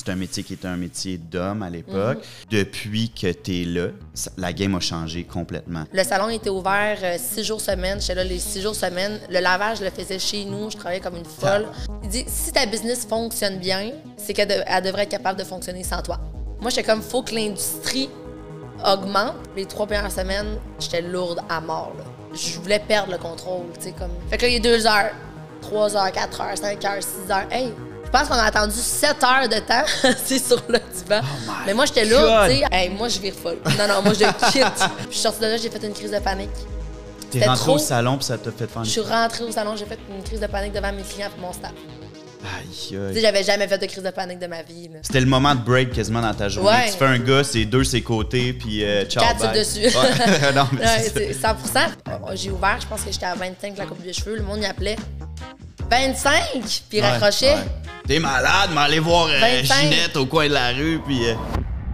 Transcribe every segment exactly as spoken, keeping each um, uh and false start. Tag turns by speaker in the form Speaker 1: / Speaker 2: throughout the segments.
Speaker 1: c'est un métier qui était un métier d'homme à l'époque. Mm-hmm. Depuis que tu es là, la game a changé complètement.
Speaker 2: Le salon était ouvert euh, six jours semaine. J'étais là les six jours semaine. Le lavage, je le faisais chez nous. Je travaillais comme une folle. Il dit, si ta business fonctionne bien, c'est qu'elle de- elle devrait être capable de fonctionner sans toi. Moi, j'étais comme, faut que l'industrie augmente. Les trois premières semaines, j'étais lourde à mort, là. Je voulais perdre le contrôle, tu sais, comme... Fait que là, il est deux heures, trois heures, quatre heures, cinq heures, six heures. Hey, je pense qu'on a attendu sept heures de temps, c'est sur le divan. Oh mais moi, j'étais lourde, tu sais. Hey, moi, je vire folle. Non, non, moi, je quitte. Puis je suis sortie de là, j'ai fait une crise de panique.
Speaker 1: T'es rentrée trop... au salon, puis ça t'a fait faire une...
Speaker 2: Je suis rentrée au salon, j'ai fait une crise de panique devant mes clients et mon staff.
Speaker 1: Aïe,
Speaker 2: aïe. Tu sais, j'avais jamais fait de crise de panique de ma vie. Là.
Speaker 1: C'était le moment de break quasiment dans ta journée. Ouais. Tu fais un gars, c'est deux ses côtés, puis euh, ciao,
Speaker 2: quatre
Speaker 1: bye.
Speaker 2: dessus.
Speaker 1: Ouais. Non, mais
Speaker 2: ouais, c'est cent pour cent. J'ai ouvert, je pense que j'étais à vingt-cinq la coupe de cheveux. Le monde y appelait vingt-cinq, puis il ouais, raccrochait. Ouais.
Speaker 1: T'es malade, mais allez voir euh, Ginette au coin de la rue, puis... Euh...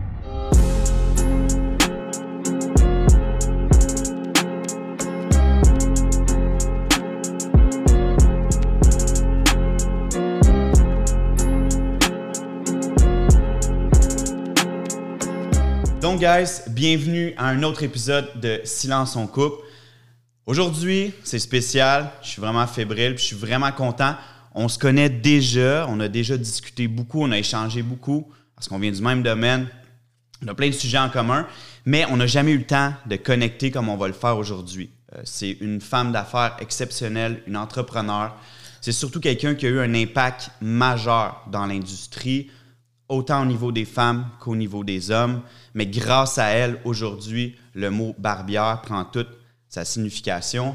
Speaker 1: Donc, guys, bienvenue à un autre épisode de Silence on coupe. Aujourd'hui, c'est spécial. Je suis vraiment fébrile, puis je suis vraiment content. On se connaît déjà, on a déjà discuté beaucoup, on a échangé beaucoup, parce qu'on vient du même domaine. On a plein de sujets en commun, mais on n'a jamais eu le temps de connecter comme on va le faire aujourd'hui. Euh, c'est une femme d'affaires exceptionnelle, une entrepreneur. C'est surtout quelqu'un qui a eu un impact majeur dans l'industrie, autant au niveau des femmes qu'au niveau des hommes. Mais grâce à elle, aujourd'hui, le mot « barbière » prend toute sa signification.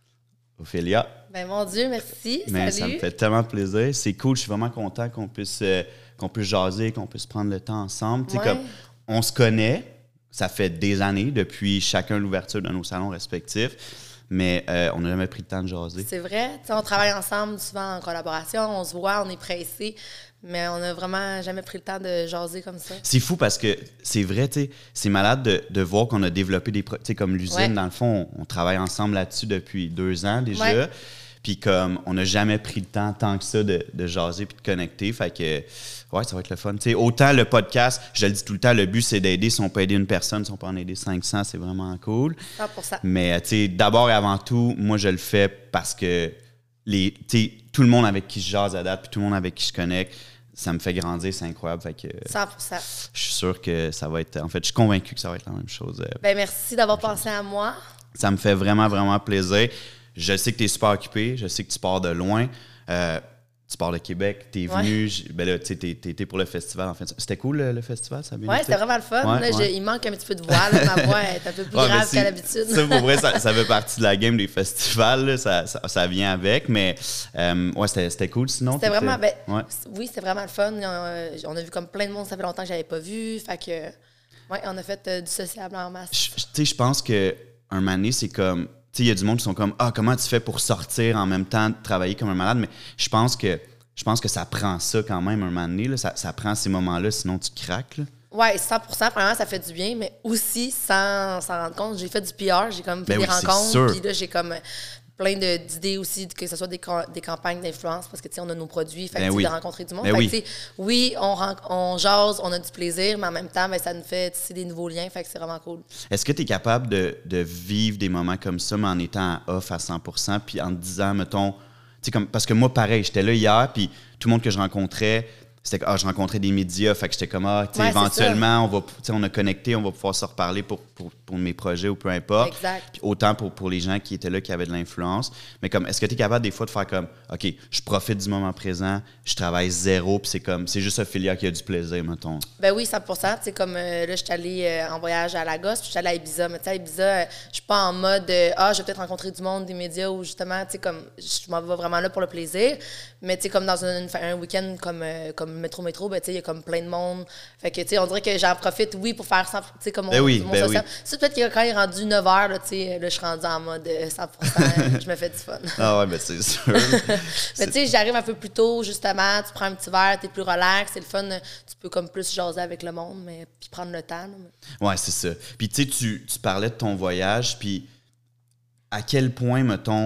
Speaker 1: Ophélia.
Speaker 2: Ben mon Dieu, merci.
Speaker 1: Mais
Speaker 2: salut.
Speaker 1: Ça me fait tellement plaisir. C'est cool. Je suis vraiment content qu'on puisse, euh, qu'on puisse jaser, qu'on puisse prendre le temps ensemble. Ouais. Comme, on se connaît. Ça fait des années depuis chacun l'ouverture de nos salons respectifs. Mais euh, on n'a jamais pris le temps de jaser.
Speaker 2: C'est vrai. T'sais, on travaille ensemble souvent en collaboration. On se voit, on est pressés. Mais on n'a vraiment jamais pris le temps de jaser comme ça.
Speaker 1: C'est fou parce que c'est vrai, tu sais, c'est malade de, de voir qu'on a développé des... Tu sais, comme l'usine, ouais. Dans le fond, on, on travaille ensemble là-dessus depuis deux ans déjà. Ouais. Puis comme, on n'a jamais pris le temps tant que ça de, de jaser puis de connecter. Fait que, ouais, ça va être le fun. Tu sais, autant le podcast, je le dis tout le temps, le but, c'est d'aider. Si on peut aider une personne, si on peut en aider cinq cents, c'est vraiment cool.
Speaker 2: cent pour cent.
Speaker 1: Mais, tu sais, d'abord et avant tout, moi, je le fais parce que les, tu sais, tout le monde avec qui je jase à date puis tout le monde avec qui je connecte, ça me fait grandir, c'est incroyable. Fait que,
Speaker 2: cent pour cent.
Speaker 1: Je suis sûr que ça va être... En fait, je suis convaincu que ça va être la même chose.
Speaker 2: Ben merci d'avoir pensé à moi. Ça
Speaker 1: me fait vraiment, vraiment plaisir. Je sais que tu es super occupé. Je sais que tu pars de loin. Euh, tu pars de Québec. Tu es venu... Ouais. Ben là, tu sais, tu étais pour le festival. En fait. C'était cool, le, le festival? Ça a bien
Speaker 2: ouais,
Speaker 1: été?
Speaker 2: C'était vraiment le fun.
Speaker 1: Ouais,
Speaker 2: là,
Speaker 1: ouais.
Speaker 2: Je, il manque un petit peu de voix. Là, ma voix est un peu plus ouais, grave qu'à l'habitude.
Speaker 1: Ça, pour vrai, ça, ça fait partie de la game des festivals. Là, ça, ça, ça vient avec. Mais euh, ouais, c'était, c'était cool sinon.
Speaker 2: C'était vraiment... Ben, ouais. Oui, c'était vraiment le fun. On, on a vu comme plein de monde. Ça fait longtemps que je n'avais pas vu. Fait que... Ouais, on a fait euh, du sociable en masse.
Speaker 1: Tu sais, je pense qu'un moment donné, c'est comme... Tu sais, il y a du monde qui sont comme « Ah, comment tu fais pour sortir en même temps de travailler comme un malade? » Mais je pense que je pense que ça prend ça quand même un moment donné. Là. Ça, ça prend ces moments-là, sinon tu craques.
Speaker 2: Oui, cent pour cent. Premièrement, ça fait du bien, mais aussi, sans s'en rendre compte, j'ai fait du P R, j'ai comme fait
Speaker 1: ben
Speaker 2: des
Speaker 1: oui,
Speaker 2: rencontres. Puis là, j'ai comme plein de, d'idées aussi, que ce soit des, des campagnes d'influence, parce que, tu sais, on a nos produits, fait ben oui. de rencontrer du monde.
Speaker 1: Ben
Speaker 2: fait
Speaker 1: oui.
Speaker 2: que, oui, on, on jase, on a du plaisir, mais en même temps, ben, ça nous fait tisser des nouveaux liens, fait que c'est vraiment cool.
Speaker 1: Est-ce que tu es capable de, de vivre des moments comme ça, mais en étant off à cent pour cent, puis en te disant, mettons, tu sais, comme, parce que moi, pareil, j'étais là hier, puis tout le monde que je rencontrais, c'était que ah, je rencontrais des médias, fait que j'étais comme ah, ouais, éventuellement, on va, on a connecté, on va pouvoir se reparler pour, pour, pour mes projets ou peu importe.
Speaker 2: Exact.
Speaker 1: Puis autant pour, pour les gens qui étaient là, qui avaient de l'influence. Mais comme, est-ce que tu es capable des fois de faire comme, OK, je profite du moment présent, je travaille zéro, puis c'est comme, c'est juste Ophélia qui a du plaisir, mettons.
Speaker 2: Ben oui, cent pour cent. Tu sais, comme euh, là, je suis allée euh, en voyage à Lagos, puis je suis allée à Ibiza. Mais tu sais, à Ibiza, euh, je suis pas en mode, euh, ah, je vais peut-être rencontrer du monde, des médias, ou justement, tu sais, comme, je m'en vais vraiment là pour le plaisir. Mais tu sais, comme dans un, un week-end comme, euh, comme Métro-Métro, ben tu sais, il y a comme plein de monde. Fait que, tu sais, on dirait que j'en profite, oui, pour faire ça, tu sais, comme mon,
Speaker 1: ben oui,
Speaker 2: mon
Speaker 1: ben
Speaker 2: social.
Speaker 1: Oui.
Speaker 2: C'est peut-être que quand il est rendu neuf heures, là, tu sais, là, je suis rendue en mode cent pour cent, je me fais du fun.
Speaker 1: Ah ouais, ben c'est sûr.
Speaker 2: Mais tu sais, j'arrive un peu plus tôt, justement, tu prends un petit verre, t'es plus relax, c'est le fun, tu peux comme plus jaser avec le monde, mais puis prendre le temps. Là.
Speaker 1: Ouais, c'est ça. Puis tu sais, tu parlais de ton voyage, puis à quel point, mettons,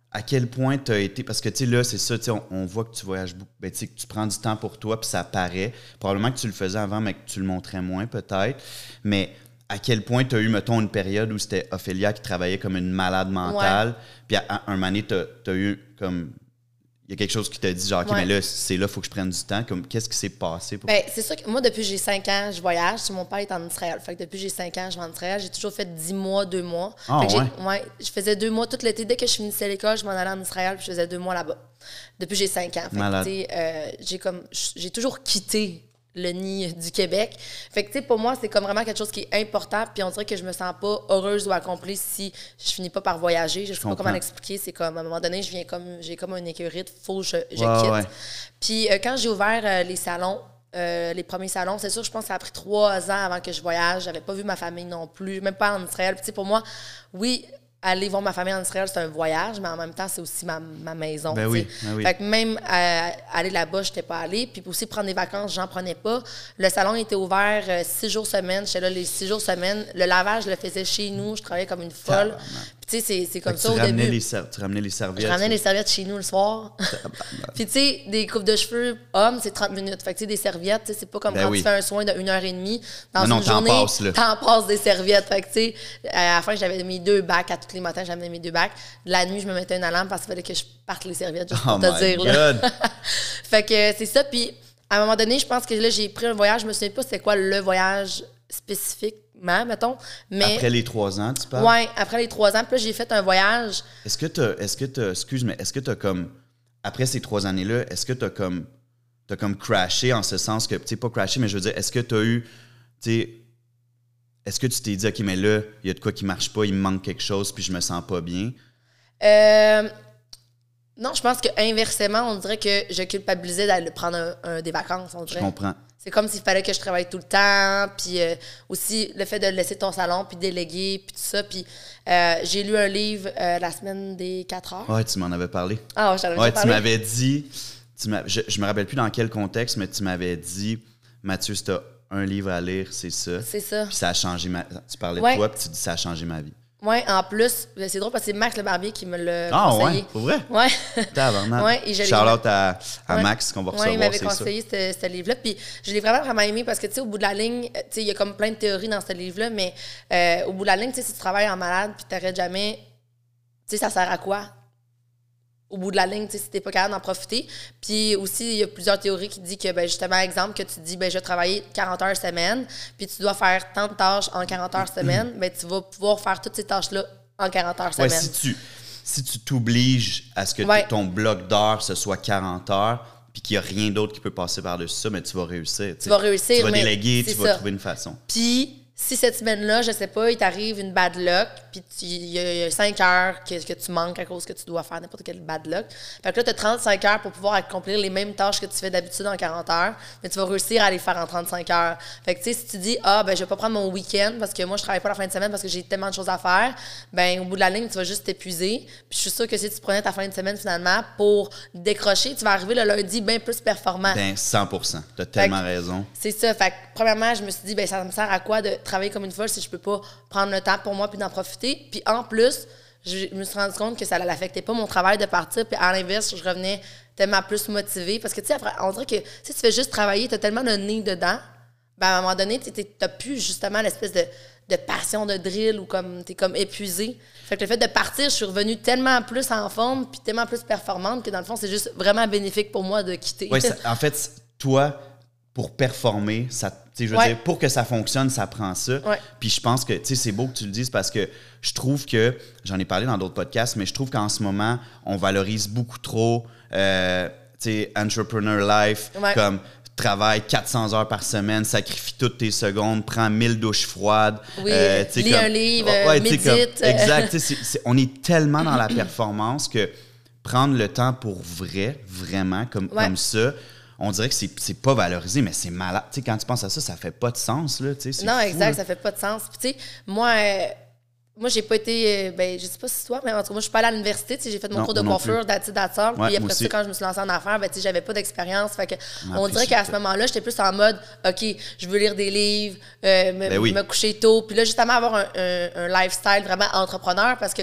Speaker 1: à quel point tu as été... Parce que, tu sais, là, c'est ça, tu sais, on, on voit que tu voyages beaucoup. Ben, tu sais, que tu prends du temps pour toi, puis ça paraît. Probablement que tu le faisais avant, mais que tu le montrais moins, peut-être. Mais à quel point tu as eu, mettons, une période où c'était Ophélia qui travaillait comme une malade mentale, ouais. Puis à, à un moment donné, tu as eu comme... Il y a quelque chose qui t'a dit, genre, OK, ouais. Mais là, c'est là, il faut que je prenne du temps. Comme, qu'est-ce qui s'est passé? Pour...
Speaker 2: Bien, c'est sûr que moi, depuis que j'ai cinq ans, je voyage. Mon père est en Israël. Fait que depuis que j'ai cinq ans, je vais en Israël. J'ai toujours fait dix mois, deux mois.
Speaker 1: Ah,
Speaker 2: fait que
Speaker 1: ouais?
Speaker 2: ouais, je faisais deux mois tout l'été. Dès que je finissais l'école, je m'en allais en Israël puis je faisais deux mois là-bas. Depuis que j'ai cinq ans. Fait
Speaker 1: Malade.
Speaker 2: que, euh, j'ai comme, j'ai toujours quitté le nid du Québec. Fait que, tu sais, pour moi, c'est comme vraiment quelque chose qui est important. Puis on dirait que je me sens pas heureuse ou accomplie si je finis pas par voyager. Je sais pas comment l'expliquer. C'est comme, à un moment donné, je viens comme, j'ai comme un écurite. Faut que je, je
Speaker 1: ouais,
Speaker 2: quitte.
Speaker 1: Ouais.
Speaker 2: Puis euh, quand j'ai ouvert euh, les salons, euh, les premiers salons, c'est sûr, je pense que ça a pris trois ans avant que je voyage. J'avais pas vu ma famille non plus, même pas en Israël. Puis, tu sais, pour moi, oui, aller voir ma famille en Israël, c'est un voyage, mais en même temps, c'est aussi ma, ma maison.
Speaker 1: Ben oui, ben oui.
Speaker 2: Fait que même euh, aller là-bas, je n'étais pas allée. Puis aussi prendre des vacances, j'en prenais pas. Le salon était ouvert euh, six jours semaine. J'étais là les six jours semaine. Le lavage, je le faisais chez nous. Je travaillais comme une folle. Puis tu sais, c'est comme ça au début.
Speaker 1: Les ser- tu ramenais les serviettes.
Speaker 2: Je ramenais les serviettes chez nous le soir. Puis tu sais, des coupes de cheveux hommes, c'est trente minutes. Fait que tu sais, des serviettes, c'est pas comme ben quand oui. tu fais un soin de une heure et demie. Dans
Speaker 1: non,
Speaker 2: une
Speaker 1: non,
Speaker 2: journée,
Speaker 1: t'en passes, là.
Speaker 2: T'en passes des serviettes. Fait que tu sais, à la fin, j'avais mes deux bacs. À tous les matins, j'amenais mes deux bacs. La nuit, je me mettais une alarme parce qu'il fallait que je parte les serviettes, juste pour
Speaker 1: oh
Speaker 2: te dire.
Speaker 1: God.
Speaker 2: Là. Fait que c'est ça. Puis à un moment donné, je pense que là, j'ai pris un voyage. Je me souviens pas c'était quoi le voyage spécifiquement, mettons. Mais
Speaker 1: après les trois ans, tu parles?
Speaker 2: Oui, après les trois ans. Puis là, j'ai fait un voyage.
Speaker 1: Est-ce que tu est-ce que tu excuse, mais est-ce que tu as comme, après ces trois années-là, est-ce que tu as comme, t'as comme crashé en ce sens que, tu sais, pas crashé, mais je veux dire, est-ce que tu as eu, tu sais, est-ce que tu t'es dit, OK, mais là, il y a de quoi qui marche pas, il me manque quelque chose, puis je me sens pas bien?
Speaker 2: Euh, non, je pense qu'inversement, on dirait que je culpabilisais d'aller prendre un, un, des vacances, on dirait.
Speaker 1: Je comprends.
Speaker 2: C'est comme s'il fallait que je travaille tout le temps, puis euh, aussi le fait de laisser ton salon, puis déléguer, puis tout ça. Puis euh, j'ai lu un livre euh, la semaine des quatre heures.
Speaker 1: Ouais, tu m'en avais parlé.
Speaker 2: Ah, ouais, j'en avais
Speaker 1: ouais,
Speaker 2: parlé.
Speaker 1: Tu m'avais dit, tu m'as, je, je me rappelle plus dans quel contexte, mais tu m'avais dit, Mathieu, si t'as un livre à lire, c'est ça.
Speaker 2: C'est ça.
Speaker 1: Puis ça a changé ma... Tu parlais
Speaker 2: ouais.
Speaker 1: de toi, puis tu dis ça a changé ma vie.
Speaker 2: Oui, en plus, c'est drôle parce que c'est Max Le Barbier qui me l'a
Speaker 1: ah,
Speaker 2: conseillé.
Speaker 1: Ah ouais, pour vrai?
Speaker 2: Oui.
Speaker 1: Tabarnak.
Speaker 2: Ouais,
Speaker 1: Shout-out à, à
Speaker 2: ouais.
Speaker 1: Max qu'on va recevoir,
Speaker 2: ouais, il m'avait
Speaker 1: c'est
Speaker 2: conseillé ce, ce livre-là. Puis je l'ai vraiment, vraiment aimé parce que, tu sais, au bout de la ligne, tu sais, il y a comme plein de théories dans ce livre-là, mais euh, au bout de la ligne, tu sais, si tu travailles en malade puis tu n'arrêtes jamais, tu sais, ça sert à quoi? Au bout de la ligne, tu sais, si t'es pas capable d'en profiter. Puis aussi, il y a plusieurs théories qui disent que, ben justement, exemple, que tu dis, ben je vais travailler quarante heures semaine, puis tu dois faire tant de tâches en quarante heures semaine, ben tu vas pouvoir faire toutes ces tâches-là en quarante heures semaine.
Speaker 1: Ouais, si tu si tu t'obliges à ce que
Speaker 2: ouais.
Speaker 1: ton bloc d'heures, ce soit quarante heures, puis qu'il n'y a rien d'autre qui peut passer par-dessus ça, mais tu vas réussir.
Speaker 2: Tu vas réussir,
Speaker 1: Tu vas
Speaker 2: mais
Speaker 1: déléguer, tu
Speaker 2: ça.
Speaker 1: vas trouver une façon.
Speaker 2: Puis, si cette semaine-là, je sais pas, il t'arrive une bad luck, puis il y, y a cinq heures que, que tu manques à cause que tu dois faire n'importe quelle bad luck. Fait que là, tu as trente-cinq heures pour pouvoir accomplir les mêmes tâches que tu fais d'habitude en quarante heures, mais tu vas réussir à les faire en trente-cinq heures. Fait que, tu sais, si tu dis, ah, ben, je vais pas prendre mon week-end parce que moi, je travaille pas la fin de semaine parce que j'ai tellement de choses à faire, ben, au bout de la ligne, tu vas juste t'épuiser. Puis, je suis sûre que si tu prenais ta fin de semaine, finalement, pour décrocher, tu vas arriver le lundi bien plus performant.
Speaker 1: Ben, cent pour cent. Tu as tellement raison.
Speaker 2: C'est ça. Fait que, premièrement, je me suis dit, ben, ça me sert à quoi de travailler comme une folle si je peux pas prendre le temps pour moi puis d'en profiter. Puis en plus, je me suis rendu compte que ça n'affectait pas mon travail de partir. Puis à l'inverse, je revenais tellement plus motivée. Parce que, tu sais, on dirait que si tu fais juste travailler, tu as tellement de nez dedans, ben à un moment donné, tu n'as plus justement l'espèce de, de passion de drill ou comme tu es comme épuisé. Fait que le fait de partir, je suis revenue tellement plus en forme puis tellement plus performante que dans le fond, c'est juste vraiment bénéfique pour moi de quitter.
Speaker 1: Oui, en fait, toi, pour performer, ça, je veux
Speaker 2: ouais.
Speaker 1: dire, pour que ça fonctionne, ça prend ça.
Speaker 2: Ouais.
Speaker 1: Puis je pense que, tu sais, c'est beau que tu le dises parce que je trouve que, j'en ai parlé dans d'autres podcasts, mais je trouve qu'en ce moment, on valorise beaucoup trop, euh, tu sais, entrepreneur life,
Speaker 2: ouais.
Speaker 1: comme travaille quatre cents heures par semaine, sacrifie toutes tes secondes, prends mille douches froides.
Speaker 2: Oui, euh, lis
Speaker 1: comme,
Speaker 2: un livre,
Speaker 1: ouais,
Speaker 2: médite.
Speaker 1: Comme, exact. C'est, c'est, on est tellement dans la performance que prendre le temps pour vrai, vraiment, comme,
Speaker 2: ouais.
Speaker 1: comme ça, on dirait que c'est, c'est pas valorisé, mais c'est malade. Tu sais, quand tu penses à ça, ça fait pas de sens, là. Tu sais, c'est
Speaker 2: non,
Speaker 1: fou,
Speaker 2: exact,
Speaker 1: là.
Speaker 2: ça fait pas de sens. Puis, tu sais, moi, euh, moi, j'ai pas été, euh, ben, je sais pas si toi, mais en tout cas, moi, je suis pas allée à l'université. Tu sais, j'ai fait mon
Speaker 1: non,
Speaker 2: cours de coiffure, d'attitude, d'attitude.
Speaker 1: Ouais,
Speaker 2: puis après ça, quand je me suis lancée en affaires, ben, tu sais, j'avais pas d'expérience. Fait que, on, on dirait qu'à ce moment-là, j'étais plus en mode, OK, je veux lire des livres, euh, me,
Speaker 1: ben oui.
Speaker 2: me coucher tôt. Puis là, justement, avoir un, un, un lifestyle vraiment entrepreneur parce que,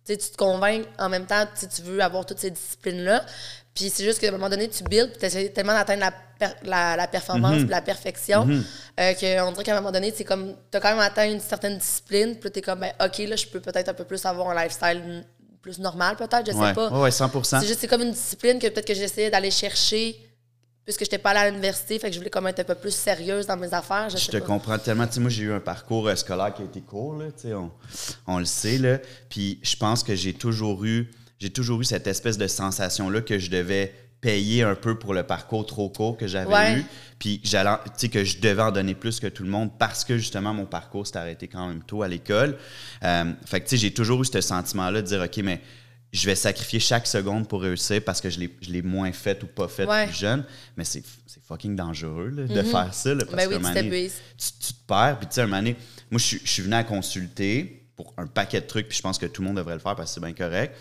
Speaker 2: tu te convaincs en même temps, tu veux avoir toutes ces disciplines-là. Puis c'est juste qu'à un moment donné, tu builds, puis tu essaies tellement d'atteindre la, per la, la performance, mm-hmm. puis la perfection, mm-hmm. euh, qu'on dirait qu'à un moment donné, c'est comme, tu as quand même atteint une certaine discipline, puis tu es comme, ben, OK, là, je peux peut-être un peu plus avoir un lifestyle plus normal, peut-être, je sais
Speaker 1: ouais.
Speaker 2: pas.
Speaker 1: Oui, ouais, cent pour cent.
Speaker 2: C'est juste, c'est comme une discipline que peut-être que j'essayais d'aller chercher, puisque je n'étais pas allée à l'université, fait que je voulais comme être un peu plus sérieuse dans mes affaires. Je,
Speaker 1: je
Speaker 2: sais
Speaker 1: te
Speaker 2: pas.
Speaker 1: comprends tellement. Tu sais, moi, j'ai eu un parcours euh, scolaire qui a été court, là, tu sais, on, on le sait, là. Puis je pense que j'ai toujours eu, j'ai toujours eu cette espèce de sensation-là que je devais payer un peu pour le parcours trop court que j'avais ouais. eu, puis j'allais, tu sais, que je devais en donner plus que tout le monde parce que, justement, mon parcours s'est arrêté quand même tôt à l'école. Euh, fait que, tu sais, j'ai toujours eu ce sentiment-là de dire, OK, mais je vais sacrifier chaque seconde pour réussir parce que je l'ai, je l'ai moins fait ou pas fait ouais. plus jeune. Mais c'est, c'est fucking dangereux là, de mm-hmm. faire ça. Là, parce
Speaker 2: ben oui,
Speaker 1: qu'un moment donné, tu, tu te perds. Puis tu sais, un moment donné, moi, je, je suis venu à consulter pour un paquet de trucs, puis je pense que tout le monde devrait le faire parce que c'est bien correct.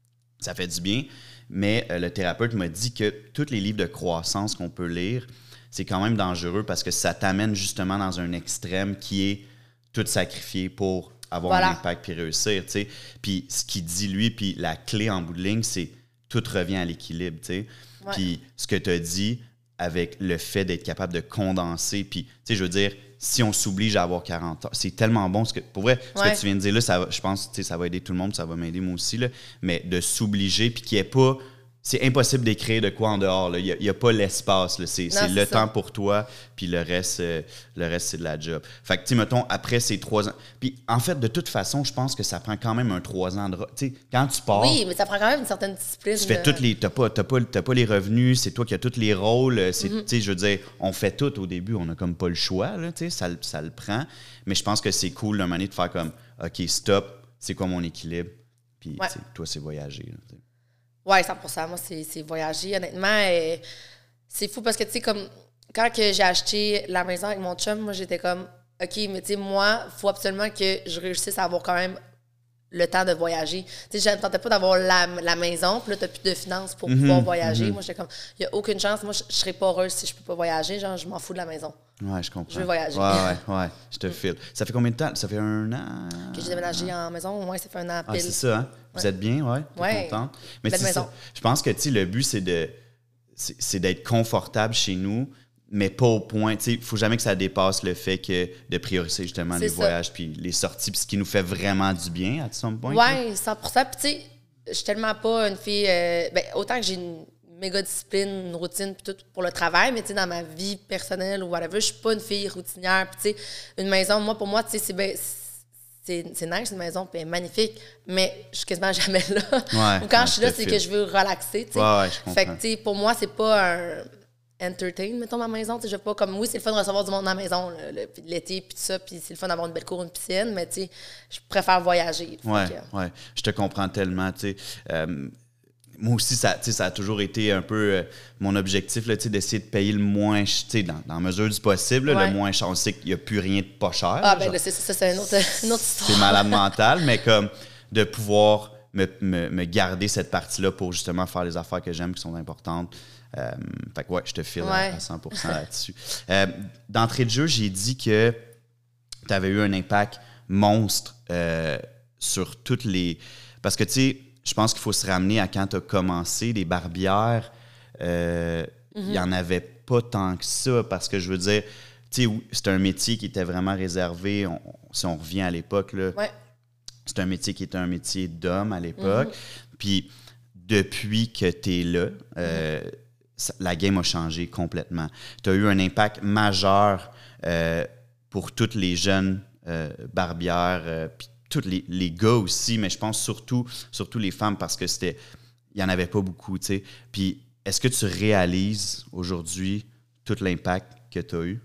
Speaker 1: Ça fait du bien. Mais euh, le thérapeute m'a dit que tous les livres de croissance qu'on peut lire, c'est quand même dangereux parce que ça t'amène justement dans un extrême qui est tout sacrifié pour avoir voilà. un impact puis réussir, tu sais. Puis ce qu'il dit, lui, puis la clé en bout de ligne, c'est tout revient à l'équilibre, tu sais. Ouais. Puis ce que tu as dit avec le fait d'être capable de condenser, puis, tu sais, je veux dire, si on s'oblige à avoir quarante heures, c'est tellement bon. Ce que, pour vrai, ce ouais. que tu viens de dire là, ça va, je pense que ça va aider tout le monde, ça va m'aider moi aussi, là, mais de s'obliger, puis qu'il n'y ait pas... C'est impossible d'écrire de quoi en dehors. Il n'y a, a pas l'espace. Là. C'est, non, c'est, c'est le ça. temps pour toi, puis le reste, euh, le reste, c'est de la job. Fait que, tu sais, mettons, après ces trois ans... Puis, en fait, de toute façon, je pense que ça prend quand même un trois ans de... Tu sais, quand tu pars...
Speaker 2: Oui, mais ça prend quand même une certaine discipline.
Speaker 1: Tu fais toutes les... T'as pas, t'as pas, t'as pas les revenus, c'est toi qui as tous les rôles. C'est, mm-hmm. Tu sais, je veux dire, on fait tout au début, on n'a comme pas le choix, là, tu sais, ça, ça le prend. Mais je pense que c'est cool, le moment de faire comme, OK, stop, c'est quoi mon équilibre? Puis, ouais. toi, c'est voyager, là, t'sais.
Speaker 2: Oui, cent pour cent. Moi, c'est, c'est voyager. Honnêtement, euh, c'est fou parce que, tu sais, comme quand que j'ai acheté la maison avec mon chum, moi, j'étais comme, OK, mais tu sais, moi, il faut absolument que je réussisse à avoir quand même le temps de voyager. Tu sais, je ne tentais pas d'avoir la, la maison, puis là, tu n'as plus de finances pour mm-hmm, pouvoir voyager. Mm-hmm. Moi, j'étais comme, il n'y a aucune chance. Moi, je ne serais pas heureuse si je ne peux pas voyager. Genre, je m'en fous de la maison.
Speaker 1: Ouais, je comprends.
Speaker 2: Je veux voyager.
Speaker 1: Ouais, ouais, ouais. Je te file. Ça fait combien de temps? Ça fait un an?
Speaker 2: Que j'ai déménagé en maison. Ouais, ça fait un an pile.
Speaker 1: Ah, c'est ça, hein? Vous ouais. êtes bien, ouais? T'es
Speaker 2: ouais.
Speaker 1: contente? Mais
Speaker 2: belle maison.
Speaker 1: Ça, je pense que, tu sais, le but, c'est de, c'est, c'est d'être confortable chez nous, mais pas au point, tu sais, il ne faut jamais que ça dépasse le fait que de prioriser justement c'est les ça. voyages puis les sorties, puis ce qui nous fait vraiment du bien à some point.
Speaker 2: Oui, cent pour cent. Puis tu sais, je suis tellement pas une fille... Euh, ben, autant que j'ai une méga discipline, une routine, puis tout pour le travail, mais tu sais, dans ma vie personnelle ou whatever, je suis pas une fille routinière. Puis tu sais, une maison, moi, pour moi, tu sais, c'est ben, c'est, c'est nice, une maison, puis elle est magnifique, mais je suis quasiment jamais là.
Speaker 1: Ouais,
Speaker 2: ou quand
Speaker 1: ouais,
Speaker 2: je suis là, c'est que je veux relaxer, tu sais.
Speaker 1: Ouais, ouais, je comprends.
Speaker 2: Fait que, tu sais, pour moi, c'est pas un... entertain, mettons, ma maison. Je veux pas comme, oui, c'est le fun de recevoir du monde dans la maison, le, le, l'été, puis tout ça, puis c'est le fun d'avoir une belle cour, une piscine, mais tu sais, je préfère voyager.
Speaker 1: Ouais,
Speaker 2: que...
Speaker 1: ouais. Je te comprends tellement, tu sais. Euh, moi aussi, ça, ça a toujours été un peu euh, mon objectif, là, d'essayer de payer le moins, dans, dans la mesure du possible, là, ouais. le moins cher. On sait qu'il n'y a plus rien de pas cher.
Speaker 2: Ah, ben là, c'est, ça, c'est une autre, une autre histoire.
Speaker 1: C'est malade mental, mais comme de pouvoir me, me, me garder cette partie-là pour justement faire les affaires que j'aime, qui sont importantes. Euh, fait que ouais, je te file ouais. à, à cent pour cent là-dessus. Euh, d'entrée de jeu, j'ai dit que tu avais eu un impact monstre euh, sur toutes les... Parce que, tu sais, je pense qu'il faut se ramener à quand tu as commencé, les barbières, euh, il mm-hmm. n'y en avait pas tant que ça, parce que je veux dire, tu sais, c'est un métier qui était vraiment réservé, on, si on revient à l'époque, là,
Speaker 2: ouais.
Speaker 1: c'est un métier qui était un métier d'homme à l'époque. Mm-hmm. Puis, depuis que tu es là, euh, mm-hmm. ça, la game a changé complètement. Tu as eu un impact majeur euh, pour toutes les jeunes euh, barbières, euh, puis tous les, les gars aussi, mais je pense surtout, surtout les femmes, parce que c'était, il n'y en avait pas beaucoup, tu sais. Puis, est-ce que tu réalises aujourd'hui tout l'impact que tu as eu?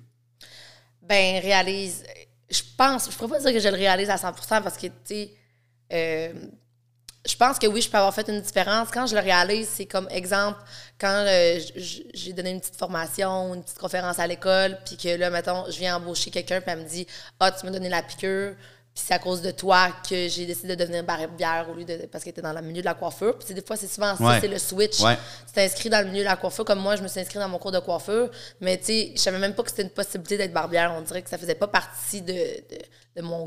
Speaker 2: Ben réalise. Je pense, je ne pourrais pas dire que je le réalise à cent pour cent parce que, tu sais, euh, je pense que oui, je peux avoir fait une différence. Quand je le réalise, c'est comme exemple, quand euh, j'ai donné une petite formation, une petite conférence à l'école, puis que là, mettons, je viens embaucher quelqu'un, puis elle me dit « Ah, tu m'as donné la piqûre, puis c'est à cause de toi que j'ai décidé de devenir barbière au lieu de... parce qu'elle était dans le milieu de la coiffure. » Puis des fois, c'est souvent ça,
Speaker 1: ouais.
Speaker 2: c'est le switch.
Speaker 1: Ouais.
Speaker 2: Tu t'inscris dans le milieu de la coiffure, comme moi, je me suis inscrite dans mon cours de coiffure, mais tu sais, je savais même pas que c'était une possibilité d'être barbière. On dirait que ça faisait pas partie de, de, de mon...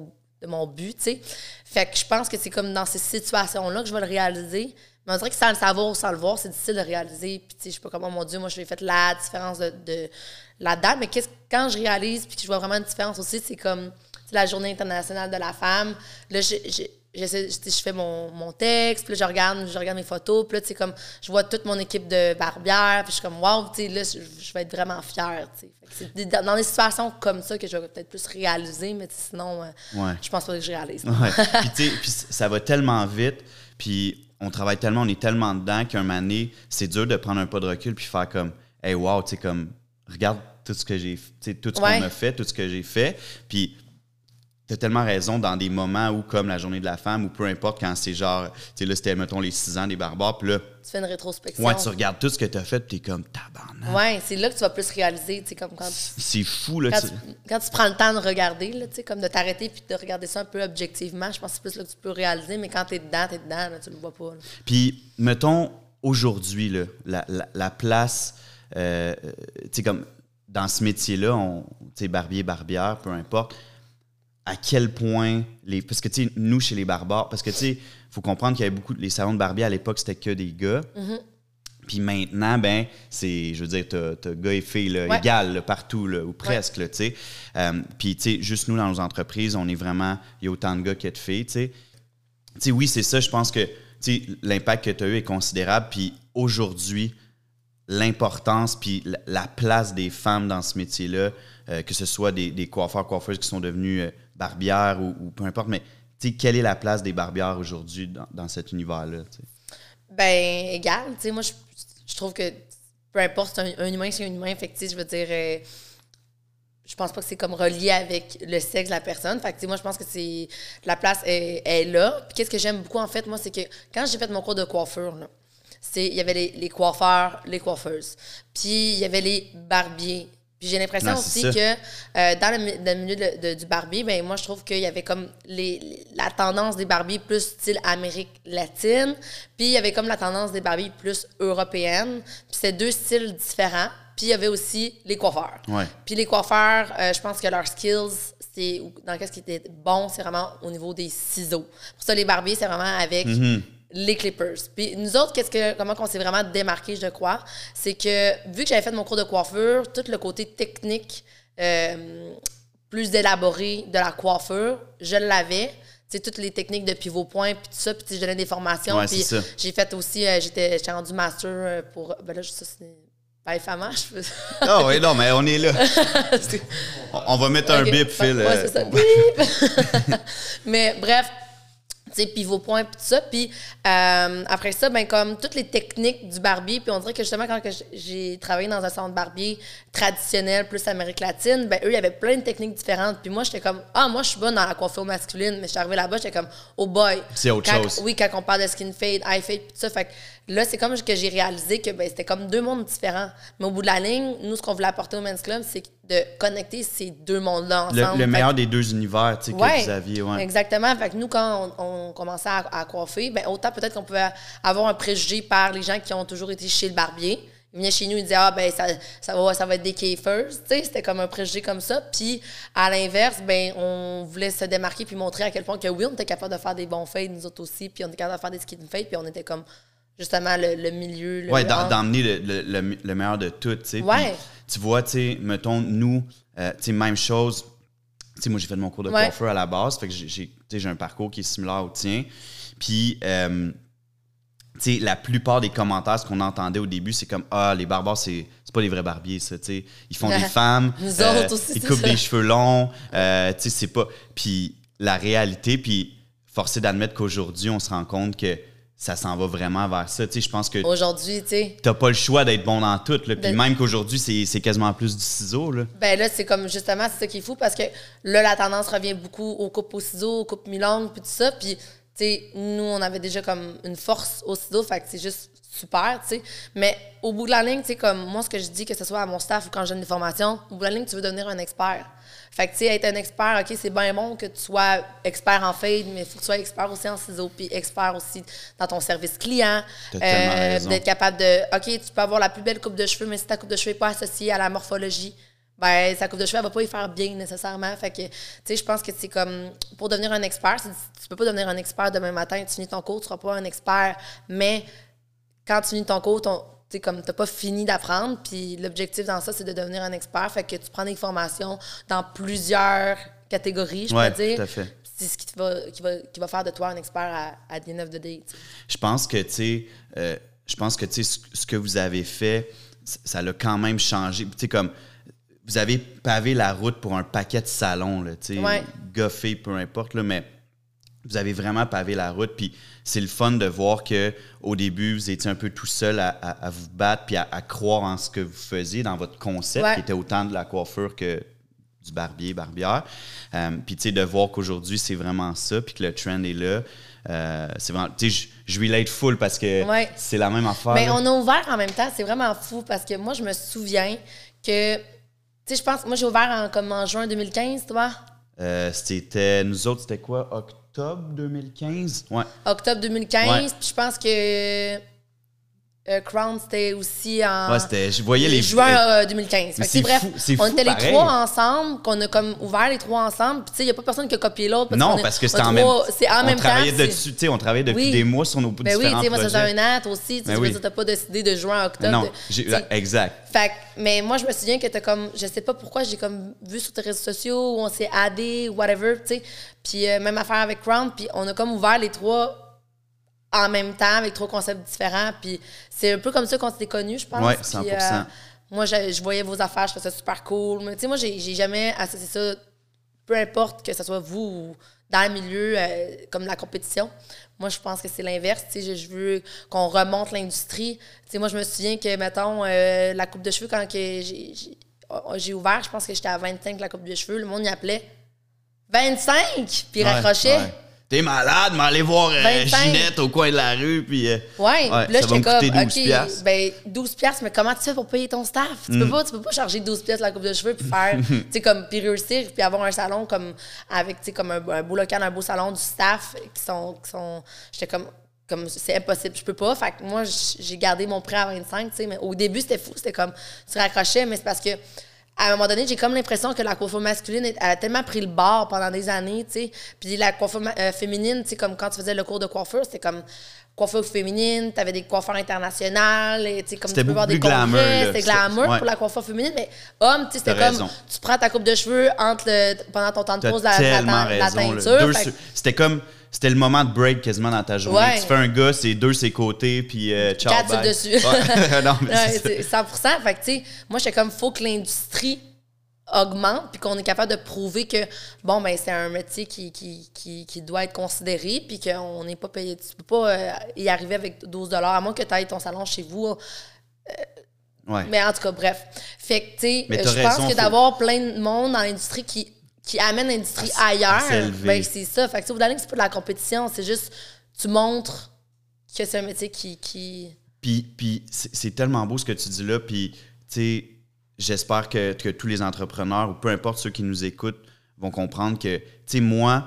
Speaker 2: de mon but, tu sais. Fait que je pense que c'est comme dans ces situations-là que je vais le réaliser. Mais on dirait que sans le savoir ou sans le voir, c'est difficile de réaliser. Puis, tu sais, je sais pas comment, mon Dieu, moi, je l'ai fait la différence de, de là-dedans. Mais qu'est-ce, quand je réalise puis que je vois vraiment une différence aussi, c'est comme la Journée internationale de la femme. Là, j'ai... j'ai J'essaie, je fais mon, mon texte, puis là, je regarde, je regarde mes photos, puis là, tu sais, comme, je vois toute mon équipe de barbières, puis je suis comme, wow, tu sais, là, je, je vais être vraiment fière, tu sais. C'est dans des situations comme ça que je vais peut-être plus réaliser, mais sinon, euh, ouais. je pense pas que je réalise.
Speaker 1: Ouais. Puis, tu sais, puis ça va tellement vite, puis on travaille tellement, on est tellement dedans qu'un moment donné, c'est dur de prendre un pas de recul puis faire comme, hey, wow, tu sais, comme, regarde tout ce que j'ai, tu sais, tout ce ouais. qu'on a fait, tout ce que j'ai fait, puis t'as tellement raison dans des moments où, comme la Journée de la femme, ou peu importe, quand c'est genre, tu sais, là, c'était, mettons, les six ans des barbares, puis là...
Speaker 2: Tu fais une rétrospection.
Speaker 1: Ouais, tu regardes tout ce que t'as fait, puis t'es comme, tabarnak.
Speaker 2: Ouais, c'est là que tu vas plus réaliser, tu sais, comme quand...
Speaker 1: C'est fou, là.
Speaker 2: Quand
Speaker 1: tu...
Speaker 2: Tu, quand tu prends le temps de regarder, là, tu sais, comme de t'arrêter puis de regarder ça un peu objectivement, je pense que c'est plus là que tu peux réaliser, mais quand t'es dedans, t'es dedans, là, tu le vois pas. Là.
Speaker 1: Puis, mettons, aujourd'hui, là, la, la, la place, euh, tu sais, comme, dans ce métier-là, on, tu sais, barbier, barbière, peu importe, à quel point les parce que tu sais nous chez les barbares parce que tu sais faut comprendre qu'il y avait beaucoup les salons de barbier à l'époque c'était que des gars mm-hmm. Puis maintenant ben c'est je veux dire t'as, t'as gars et filles là, ouais. égal là, partout là, ou presque ouais. tu sais euh, puis tu sais juste nous dans nos entreprises on est vraiment il y a autant de gars que de filles tu sais tu sais oui c'est ça je pense que tu sais l'impact que tu as eu est considérable puis aujourd'hui l'importance puis la place des femmes dans ce métier-là, euh, que ce soit des, des coiffeurs, coiffeuses qui sont devenus euh, barbières ou, ou peu importe, mais tu sais, quelle est la place des barbières aujourd'hui dans, dans cet univers-là? T'sais?
Speaker 2: Ben égal. Tu sais, moi, je, je trouve que peu importe, un, un humain, c'est un humain. Fait que, tu sais, je veux dire, euh, je pense pas que c'est comme relié avec le sexe de la personne. Fait que, tu sais, moi, je pense que c'est la place est, est là. Puis qu'est-ce que j'aime beaucoup, en fait, moi, c'est que quand j'ai fait mon cours de coiffure, là, c'est il y avait les, les coiffeurs, les coiffeuses. Puis il y avait les barbiers. Puis j'ai l'impression non, aussi ça. que euh, dans, le, dans le milieu de, de, du barbier, ben moi je trouve qu'il y avait comme les, les, la tendance des barbiers plus style Amérique latine, puis il y avait comme la tendance des barbiers plus européenne. Puis c'était deux styles différents. Puis il y avait aussi les coiffeurs.
Speaker 1: Ouais.
Speaker 2: Puis les coiffeurs, euh, je pense que leurs skills, c'est dans qu'est-ce qui était bon, c'est vraiment au niveau des ciseaux. Pour ça, les barbiers, c'est vraiment avec... Mm-hmm. les clippers. Puis nous autres, qu'est-ce que, comment on s'est vraiment démarqué, je crois, c'est que vu que j'avais fait mon cours de coiffure, tout le côté technique, euh, plus élaboré de la coiffure, je l'avais. Tu sais, toutes les techniques de pivot-point, puis tout ça, puis je donnais des formations.
Speaker 1: Ouais,
Speaker 2: puis j'ai fait aussi, euh, j'étais, j'étais rendu master pour... Ben là, ça, c'est... pas infamant, je peux...
Speaker 1: Ah oui, non, mais on est là. on, on va mettre okay. un bip, Phil.
Speaker 2: Ouais, c'est ça. Bip! Mais bref... tu sais, pivot point, puis tout ça. Puis euh, après ça, ben comme toutes les techniques du barbier, puis on dirait que justement, quand que j'ai travaillé dans un salon de barbier traditionnel, plus Amérique latine, ben eux, il y avait plein de techniques différentes. Puis moi, j'étais comme, ah, moi, je suis bonne dans la coiffure masculine, mais je suis arrivée là-bas, j'étais comme, oh boy.
Speaker 1: C'est autre
Speaker 2: quand,
Speaker 1: chose.
Speaker 2: Oui, quand on parle de skin fade, eye fade, puis tout ça. Fait que là, c'est comme que j'ai réalisé que ben, c'était comme deux mondes différents. Mais au bout de la ligne, nous, ce qu'on voulait apporter au Men's Club, c'est de connecter ces deux mondes-là ensemble.
Speaker 1: Le, le meilleur des deux univers, tu sais,
Speaker 2: ouais,
Speaker 1: que vous aviez. Ouais,
Speaker 2: exactement. Fait que nous, quand on, on commençait à, à coiffer, ben autant peut-être qu'on pouvait avoir un préjugé par les gens qui ont toujours été chez le barbier. Ils venaient chez nous, ils disaient « Ah, ben ça, ça, va, ça va être des keefers. » Tu sais, c'était comme un préjugé comme ça. Puis, à l'inverse, ben on voulait se démarquer puis montrer à quel point que oui, on était capable de faire des bons fades, nous autres aussi, puis on était capable de faire des skin fades, puis on était comme... justement, le, le milieu.
Speaker 1: Oui, d'emmener le, le, le, le meilleur de tout, tu sais.
Speaker 2: Ouais.
Speaker 1: Tu vois, tu sais, mettons, nous, euh, tu sais, même chose. Tu sais, moi, j'ai fait mon cours de
Speaker 2: ouais.
Speaker 1: coiffeur à la base, fait que j'ai, j'ai, j'ai un parcours qui est similaire au tien. Puis, euh, tu sais, la plupart des commentaires, ce qu'on entendait au début, c'est comme, ah, les barbares, c'est, c'est pas des vrais barbiers, ça, tu sais. Ils font des femmes.
Speaker 2: Nous
Speaker 1: euh,
Speaker 2: autres aussi,
Speaker 1: ils
Speaker 2: c'est
Speaker 1: coupent
Speaker 2: ça.
Speaker 1: des cheveux longs. Euh, tu sais, c'est pas... Puis, la réalité, puis forcé d'admettre qu'aujourd'hui, on se rend compte que ça s'en va vraiment vers ça. Tu sais, je pense que
Speaker 2: aujourd'hui, tu sais,
Speaker 1: t'as pas le choix d'être bon dans tout. Là. Puis
Speaker 2: ben,
Speaker 1: même qu'aujourd'hui, c'est, c'est quasiment plus du ciseau. Là.
Speaker 2: Ben là, c'est comme justement, c'est ça qui est fou parce que là, la tendance revient beaucoup aux coupes au ciseau, aux coupes mi-longues, puis tout ça. Puis, tu sais, nous, on avait déjà comme une force au ciseau, fait que c'est juste super, tu sais. Mais au bout de la ligne, tu sais, comme moi, ce que je dis, que ce soit à mon staff ou quand je donne des formations, au bout de la ligne, tu veux devenir un expert. Fait que, tu sais, être un expert, OK, c'est bien bon que tu sois expert en fade, mais il faut que tu sois expert aussi en ciseaux, puis expert aussi dans ton service client.
Speaker 1: Euh,
Speaker 2: d'être capable de, OK, tu peux avoir la plus belle coupe de cheveux, mais si ta coupe de cheveux n'est pas associée à la morphologie, ben sa coupe de cheveux, elle va pas y faire bien nécessairement. Fait que, tu sais, je pense que c'est comme, pour devenir un expert, tu peux pas devenir un expert demain matin, tu finis ton cours, tu seras pas un expert, mais quand tu finis ton cours, ton, tu sais, comme t'as pas fini d'apprendre, puis l'objectif dans ça, c'est de devenir un expert, fait que tu prends des formations dans plusieurs catégories, je
Speaker 1: ouais,
Speaker 2: peux dire.
Speaker 1: Tout à fait.
Speaker 2: C'est ce qui, te va, qui, va, qui va faire de toi un expert à, à the end of the day. T'sais.
Speaker 1: Je pense que, tu sais, euh, je pense que, tu sais, ce, ce que vous avez fait, ça l'a quand même changé. Tu sais, comme, vous avez pavé la route pour un paquet de salons, là, tu sais,
Speaker 2: ouais.
Speaker 1: goffé, peu importe, là, mais vous avez vraiment pavé la route. Puis c'est le fun de voir qu'au début, vous étiez un peu tout seul à, à, à vous battre puis à, à croire en ce que vous faisiez, dans votre concept,
Speaker 2: ouais.
Speaker 1: qui était autant de la coiffure que du barbier, barbière. Euh, puis, tu sais, de voir qu'aujourd'hui, c'est vraiment ça, puis que le trend est là. Euh, c'est vraiment, tu sais, je relate full parce que
Speaker 2: ouais.
Speaker 1: c'est la même affaire.
Speaker 2: Mais on a ouvert en même temps, c'est vraiment fou parce que moi, je me souviens que, tu sais, je pense, moi, j'ai ouvert en, comme en juin deux mille quinze, toi?
Speaker 1: Euh, c'était, nous autres, c'était quoi, octobre deux mille quinze? Ouais.
Speaker 2: Octobre deux mille quinze,
Speaker 1: ouais.
Speaker 2: Puis je pense que euh, Crown, c'était aussi en
Speaker 1: ouais, c'était, je voyais les
Speaker 2: juin euh, deux mille quinze. Fait que
Speaker 1: c'est
Speaker 2: bref,
Speaker 1: fou, c'est
Speaker 2: on
Speaker 1: fou,
Speaker 2: était les
Speaker 1: pareil.
Speaker 2: trois ensemble, qu'on a comme ouvert les trois ensemble. Puis tu sais, il n'y a pas personne qui a copié l'autre. Parce
Speaker 1: non,
Speaker 2: est,
Speaker 1: parce que c'était en
Speaker 2: trois,
Speaker 1: même,
Speaker 2: c'est en
Speaker 1: on
Speaker 2: même
Speaker 1: travaillait
Speaker 2: temps.
Speaker 1: Dessus, tu sais, on travaillait depuis
Speaker 2: oui.
Speaker 1: des mois sur nos ben différents projets.
Speaker 2: Oui, tu sais, moi, ça faisait un an, toi aussi. Tu
Speaker 1: ben oui.
Speaker 2: n'as pas décidé de juin à octobre.
Speaker 1: Non,
Speaker 2: de,
Speaker 1: j'ai, exact.
Speaker 2: Fait mais moi, je me souviens que t'as comme, je sais pas pourquoi, j'ai comme vu sur tes réseaux sociaux où on s'est addé, whatever, tu sais. Puis euh, même affaire avec Crown, puis on a comme ouvert les trois en même temps avec trois concepts différents. Puis c'est un peu comme ça qu'on s'était connus, je pense.
Speaker 1: Oui, cent pour cent.
Speaker 2: Puis, euh, moi, je, je voyais vos affaires, je trouvais ça super cool. Mais tu sais, moi, j'ai, j'ai jamais associé ça, peu importe que ce soit vous ou dans le milieu, euh, comme la compétition. Moi, je pense que c'est l'inverse. Tu sais, je, je veux qu'on remonte l'industrie. Tu sais, moi, je me souviens que, mettons, euh, la coupe de cheveux, quand que j'ai, j'ai, j'ai ouvert, je pense que j'étais à vingt-cinq la coupe de cheveux, le monde y appelait vingt-cinq, puis il
Speaker 1: ouais,
Speaker 2: raccrochait.
Speaker 1: Ouais. T'es malade, mais allez voir euh, Ginette au coin de la rue, puis... Euh,
Speaker 2: ouais, ouais là, j'étais comme,
Speaker 1: douze
Speaker 2: OK,
Speaker 1: piastres.
Speaker 2: ben douze piastres, mais comment tu fais pour payer ton staff? Tu, mm. peux pas, tu peux pas charger douze piastres la coupe de cheveux, puis faire, tu sais, comme, puis réussir, puis avoir un salon comme, avec, tu sais, comme un, un beau local, un beau salon du staff, qui sont, qui sont j'étais comme... Comme c'est impossible, je peux pas. Fait que moi, j'ai gardé mon prêt à vingt-cinq, tu sais, mais au début, c'était fou, c'était comme, tu raccrochais, mais c'est parce que, à un moment donné, j'ai comme l'impression que la coiffure masculine, elle a tellement pris le bord pendant des années, tu sais. Puis la coiffure euh, féminine, tu sais, comme quand tu faisais le cours de coiffure, c'était comme coiffure féminine, t'avais des coiffeurs internationales, tu sais, comme
Speaker 1: c'était
Speaker 2: tu peux voir des congrès, c'était glamour ouais. pour la coiffure féminine, mais homme, tu sais, c'était comme, raison. Tu prends ta coupe de cheveux entre le, pendant ton temps de pause, la, la, la, la teinture. Fait...
Speaker 1: C'était comme... C'était le moment de break quasiment dans ta journée. Ouais. Tu fais un gars, c'est deux ses côtés, puis euh, ciao,
Speaker 2: quatre
Speaker 1: bye.
Speaker 2: dessus.
Speaker 1: Ouais. non, mais
Speaker 2: ouais, c'est cent pour cent. Fait que, tu sais, moi, j'étais comme, faut que l'industrie augmente, puis qu'on est capable de prouver que, bon, ben c'est un métier qui, qui, qui, qui doit être considéré, puis qu'on n'est pas payé. Tu peux pas euh, y arriver avec douze dollars, à moins que tu ailles ton salon chez vous. Euh,
Speaker 1: ouais.
Speaker 2: Mais en tout cas, bref. Fait que, tu sais, je
Speaker 1: raison,
Speaker 2: pense que
Speaker 1: faut...
Speaker 2: d'avoir plein de monde dans l'industrie qui qui amène l'industrie à, ailleurs, ben c'est ça. Fait que, au bout de la ligne, c'est pas de la compétition, c'est juste, tu montres que c'est un métier qui... qui...
Speaker 1: Puis, puis c'est, c'est tellement beau ce que tu dis là, puis, tu sais, j'espère que, que tous les entrepreneurs, ou peu importe ceux qui nous écoutent, vont comprendre que, tu sais, moi,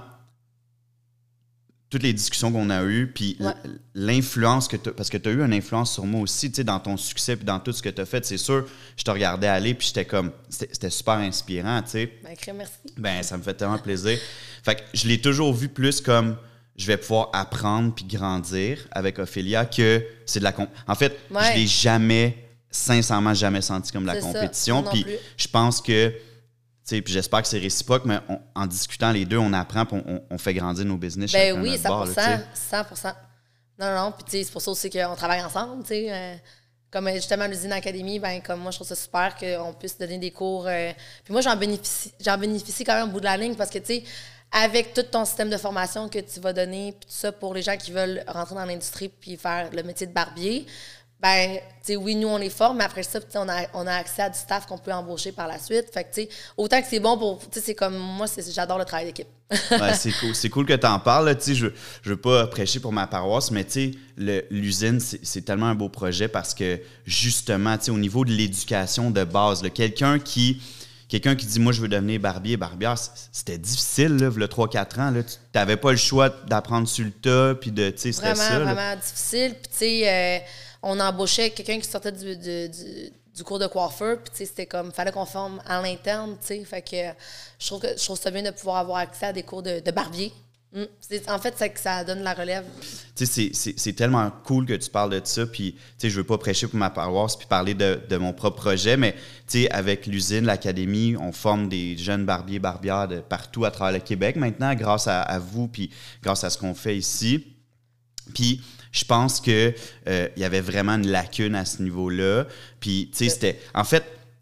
Speaker 1: toutes les discussions qu'on a eues, puis ouais. l'influence que tu as, parce que tu as eu une influence sur moi aussi, tu sais, dans ton succès, puis dans tout ce que tu as fait, c'est sûr, je te regardais aller, puis j'étais comme, c'était, c'était super inspirant, tu sais.
Speaker 2: Ben, merci.
Speaker 1: Ben, ça me fait tellement plaisir. Fait que je l'ai toujours vu plus comme, je vais pouvoir apprendre puis grandir avec Ophélia, que c'est de la... Comp- en fait, ouais. je l'ai jamais, sincèrement, jamais senti comme de la c'est compétition, puis je pense que... Puis j'espère que c'est réciproque, mais on, en discutant les deux, on apprend et on, on fait grandir nos business.
Speaker 2: Ben oui, cent pour cent. Bord, là, cent pour cent. Non, non, puis c'est pour ça aussi qu'on travaille ensemble. Euh, comme justement l'usine Académie, ben, comme moi, je trouve ça super qu'on puisse donner des cours. Euh, puis moi, j'en bénéficie, j'en bénéficie quand même au bout de la ligne parce que, tu sais, avec tout ton système de formation que tu vas donner, puis tout ça pour les gens qui veulent rentrer dans l'industrie puis faire le métier de barbier, ben, tu sais, oui, nous, on les forme, mais après ça, on a, on a accès à du staff qu'on peut embaucher par la suite. Fait que, tu sais, autant que c'est bon pour... Tu sais, c'est comme... Moi, c'est, j'adore le travail d'équipe.
Speaker 1: Ouais, c'est cool. C'est cool que tu en parles, tu sais. Je, je veux pas prêcher pour ma paroisse, mais, tu sais, l'usine, c'est, c'est tellement un beau projet parce que, justement, tu sais, au niveau de l'éducation de base, là, quelqu'un qui... Quelqu'un qui dit « Moi, je veux devenir barbier, barbière », c'était difficile, là, il y a trois quatre ans. Tu n'avais pas le choix d'apprendre sur le tas, puis de... Tu sais, c'était
Speaker 2: vraiment,
Speaker 1: ça.
Speaker 2: Vraiment, vraiment difficile. Puis, tu sais... Euh, on embauchait quelqu'un qui sortait du, du, du, du cours de coiffeur. Puis, tu sais, c'était comme, fallait qu'on forme à l'interne, tu sais. Fait que je trouve que je trouve ça bien de pouvoir avoir accès à des cours de, de barbier. Mm. C'est, en fait, c'est que ça donne la relève.
Speaker 1: Tu sais, c'est, c'est, c'est tellement cool que tu parles de ça. Puis, tu sais, je veux pas prêcher pour ma paroisse puis parler de, de mon propre projet, mais, tu sais, avec l'usine, l'académie, on forme des jeunes barbiers, barbières de partout à travers le Québec maintenant, grâce à, à vous puis grâce à ce qu'on fait ici. Puis, je pense qu'il euh, y avait vraiment une lacune à ce niveau-là. Puis, tu sais, c'était... En fait,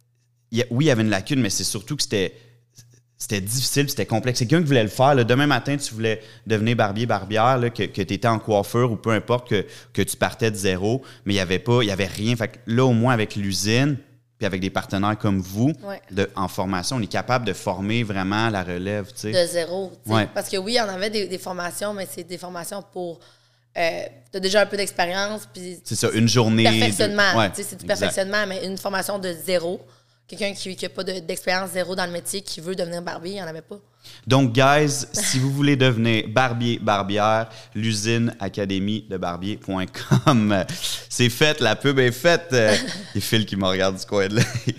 Speaker 1: y a, oui, il y avait une lacune, mais c'est surtout que c'était... C'était difficile, c'était complexe. C'est quelqu'un qui voulait le faire. Là. Demain matin, tu voulais devenir barbier, barbière, là, que, que tu étais en coiffeur ou peu importe, que, que tu partais de zéro, mais il n'y avait pas, il y avait rien. Fait que là, au moins, avec l'usine, puis avec des partenaires comme vous,
Speaker 2: ouais.
Speaker 1: de, en formation, on est capable de former vraiment la relève. T'sais.
Speaker 2: De zéro.
Speaker 1: Ouais.
Speaker 2: Parce que oui, on avait des, des formations, mais c'est des formations pour... Euh, tu as déjà un peu d'expérience. Puis
Speaker 1: c'est ça, une journée.
Speaker 2: Perfectionnement.
Speaker 1: Ouais,
Speaker 2: c'est du perfectionnement, mais une formation de zéro. Quelqu'un qui n'a pas de, d'expérience zéro dans le métier, qui veut devenir barbier, il n'y en avait pas.
Speaker 1: Donc, guys, si vous voulez devenir barbier, barbière, l'usine académie de barbier point com. C'est fait, la pub est faite. Euh, les fils qui me regardent du coin de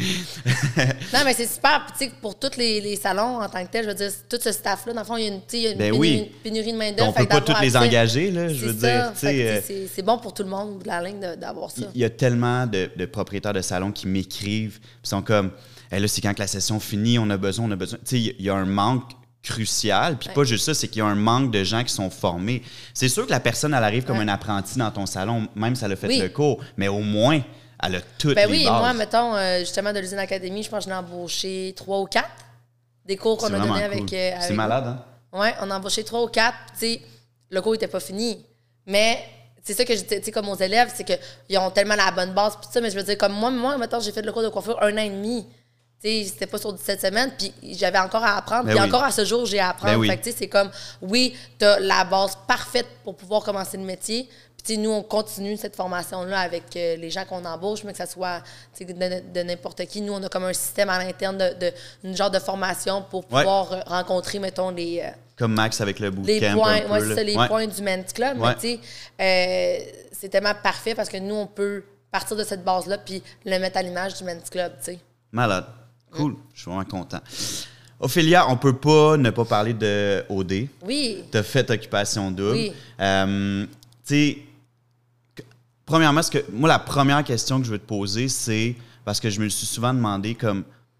Speaker 1: l'œil.
Speaker 2: Non, mais c'est super. Puis, pour tous les, les salons en tant que tel, je veux dire, tout ce staff-là, dans le fond, il y a une, il y a une,
Speaker 1: ben
Speaker 2: pénurie,
Speaker 1: oui.
Speaker 2: une pénurie de main-d'œuvre.
Speaker 1: On ne peut pas tous les engager, là, je
Speaker 2: c'est
Speaker 1: veux
Speaker 2: ça.
Speaker 1: dire.
Speaker 2: Fait, c'est, c'est bon pour tout le monde, de la ligne, de, d'avoir ça.
Speaker 1: Il y a tellement de, de propriétaires de salons qui m'écrivent, puis sont comme, hey, là, c'est quand que la session finit, on a besoin, on a besoin. Tu sais, il y a un manque crucial, puis ouais. pas juste ça, c'est qu'il y a un manque de gens qui sont formés. C'est sûr que la personne, elle arrive comme ouais. un apprenti dans ton salon, même si elle a fait oui. le cours, mais au moins, elle a toutes
Speaker 2: ben
Speaker 1: les
Speaker 2: oui,
Speaker 1: bases.
Speaker 2: Moi, mettons, euh, justement, de l'usine académie, je pense que j'en ai embauché trois ou quatre. Des cours qu'on c'est a donnés cool. avec, euh, avec...
Speaker 1: C'est malade, hein?
Speaker 2: Oui, on a embauché trois ou quatre, tu sais, le cours n'était pas fini. Mais... C'est ça que je dis, tu sais, comme aux élèves, c'est qu'ils ont tellement la bonne base, puis ça, mais je veux dire, comme moi, moi, maintenant, j'ai fait le cours de coiffure un an et demi. Tu sais, c'était pas sur dix-sept semaines, puis j'avais encore à apprendre, puis oui. encore à ce jour, j'ai à apprendre. Ben oui. Fait que, tu sais, c'est comme, oui, t'as la base parfaite pour pouvoir commencer le métier, puis, tu sais, nous, on continue cette formation-là avec euh, les gens qu'on embauche, mais que ça soit, tu sais, de, de n'importe qui. Nous, on a comme un système à l'interne de, de, une genre de formation pour pouvoir ouais. rencontrer, mettons, les... Euh,
Speaker 1: Comme Max avec le bootcamp.
Speaker 2: Les points,
Speaker 1: un
Speaker 2: ouais,
Speaker 1: peu,
Speaker 2: c'est ça, les ouais. points du Men's Club. Ouais. Mais tu sais, euh, c'est tellement parfait parce que nous, on peut partir de cette base-là puis le mettre à l'image du Men's Club, tu sais. Malade.
Speaker 1: Cool. Mm. Je suis vraiment content. Ophélia, on peut pas ne pas parler de O D.
Speaker 2: Oui.
Speaker 1: Tu as fait Occupation Double.
Speaker 2: Oui.
Speaker 1: Euh, tu sais, premièrement, ce que, moi, la première question que je veux te poser, c'est parce que je me le suis souvent demandé comme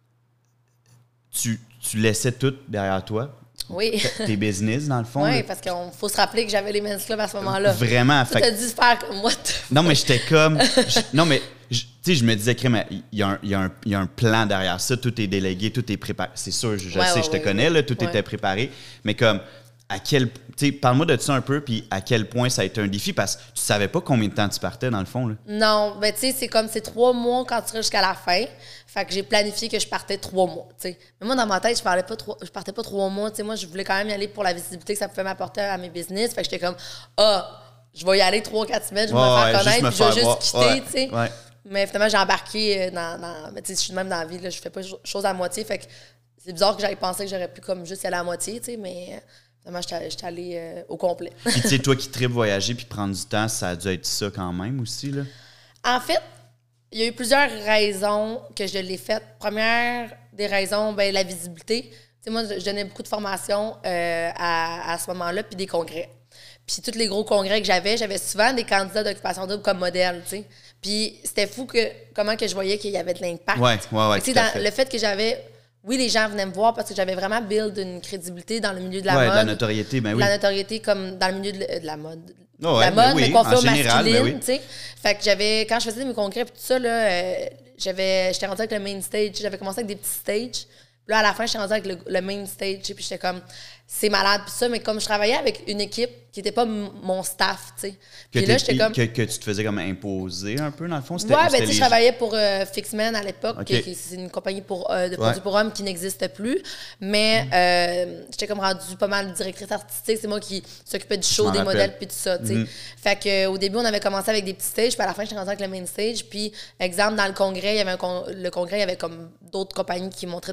Speaker 1: tu, tu laissais tout derrière toi.
Speaker 2: Oui.
Speaker 1: Tes business, dans le fond.
Speaker 2: Oui, parce qu'il faut se rappeler que j'avais les Men's Club à ce moment-là.
Speaker 1: Vraiment.
Speaker 2: Tu as dû faire comme moi.
Speaker 1: Non, mais j'étais comme... je, non, mais tu sais, je me disais, crème, il y, y, y a un plan derrière ça. Tout est délégué, tout est préparé. C'est sûr, je, je
Speaker 2: ouais,
Speaker 1: sais,
Speaker 2: ouais,
Speaker 1: je te
Speaker 2: ouais,
Speaker 1: connais,
Speaker 2: ouais.
Speaker 1: là, tout
Speaker 2: ouais.
Speaker 1: était préparé. Mais comme, à quel... Tu sais, parle-moi de ça un peu, puis à quel point ça a été un défi, parce que tu savais pas combien de temps tu partais, dans le fond, là.
Speaker 2: Non, ben tu sais, c'est comme, c'est trois mois quand tu seras jusqu'à la fin. Fait que j'ai planifié que je partais trois mois, tu sais. Mais moi, dans ma tête, je parlais pas trois, je partais pas trois mois, tu sais. Moi, je voulais quand même y aller pour la visibilité que ça pouvait m'apporter à mes business. Fait que j'étais comme, ah, je vais y aller trois, quatre semaines, je vais
Speaker 1: ouais,
Speaker 2: me faire
Speaker 1: ouais,
Speaker 2: connaître, puis je vais juste
Speaker 1: voir.
Speaker 2: quitter,
Speaker 1: ouais,
Speaker 2: tu sais.
Speaker 1: Ouais.
Speaker 2: Mais finalement, j'ai embarqué dans... dans tu sais, je suis même dans la vie, là, je fais pas chose à moitié. Fait que c'est bizarre que j'avais pensé que j'aurais pu comme juste y aller à moitié, tu sais, mais... Finalement, j'étais allée euh, au complet.
Speaker 1: Puis, tu sais, toi qui tripes voyager puis prendre du temps, ça a dû être ça quand même aussi, là?
Speaker 2: En fait, il y a eu plusieurs raisons que je l'ai faite. Première des raisons, bien, la visibilité. Tu sais, moi, je donnais beaucoup de formations euh, à, à ce moment-là, puis des congrès. Puis tous les gros congrès que j'avais, j'avais souvent des candidats d'Occupation Double comme modèle, tu sais. Puis c'était fou que comment que je voyais qu'il y avait de l'impact.
Speaker 1: Ouais, ouais, ouais.
Speaker 2: Tu sais, dans fait. Le fait que j'avais... Oui, les gens venaient me voir parce que j'avais vraiment build une crédibilité dans le milieu de la
Speaker 1: ouais,
Speaker 2: mode.
Speaker 1: de la notoriété, ben oui.
Speaker 2: De la notoriété comme dans le milieu de, de la mode.
Speaker 1: Oh ouais,
Speaker 2: la mode,
Speaker 1: ben oui,
Speaker 2: mais coiffure
Speaker 1: général,
Speaker 2: masculine,
Speaker 1: ben oui.
Speaker 2: tu sais. Fait que j'avais... Quand je faisais mes congrès et tout ça, là, euh, j'avais... J'étais rendue avec le main stage. J'avais commencé avec des petits stages. Puis là, à la fin, j'étais rendue avec le, le main stage. Puis j'étais comme... C'est malade, puis ça, mais comme je travaillais avec une équipe qui n'était pas m- mon staff, tu sais. Puis là, j'étais comme...
Speaker 1: Que, que tu te faisais comme imposer un peu, dans le fond?
Speaker 2: C'était, ouais, ben tu sais, je travaillais pour euh, Fixman à l'époque,
Speaker 1: okay.
Speaker 2: qui, qui, c'est une compagnie pour, euh, de produits ouais. pour hommes qui n'existe plus. Mais mm. euh, j'étais comme rendue pas mal directrice artistique. C'est moi qui s'occupais du show, des rappelle. modèles, puis tout ça, tu sais. Mm. Fait qu'au début, on avait commencé avec des petits stages, puis à la fin, j'étais rendue avec le main stage. Puis, exemple, dans le congrès, il y avait un con- le congrès, il y avait comme d'autres compagnies qui montraient des, des,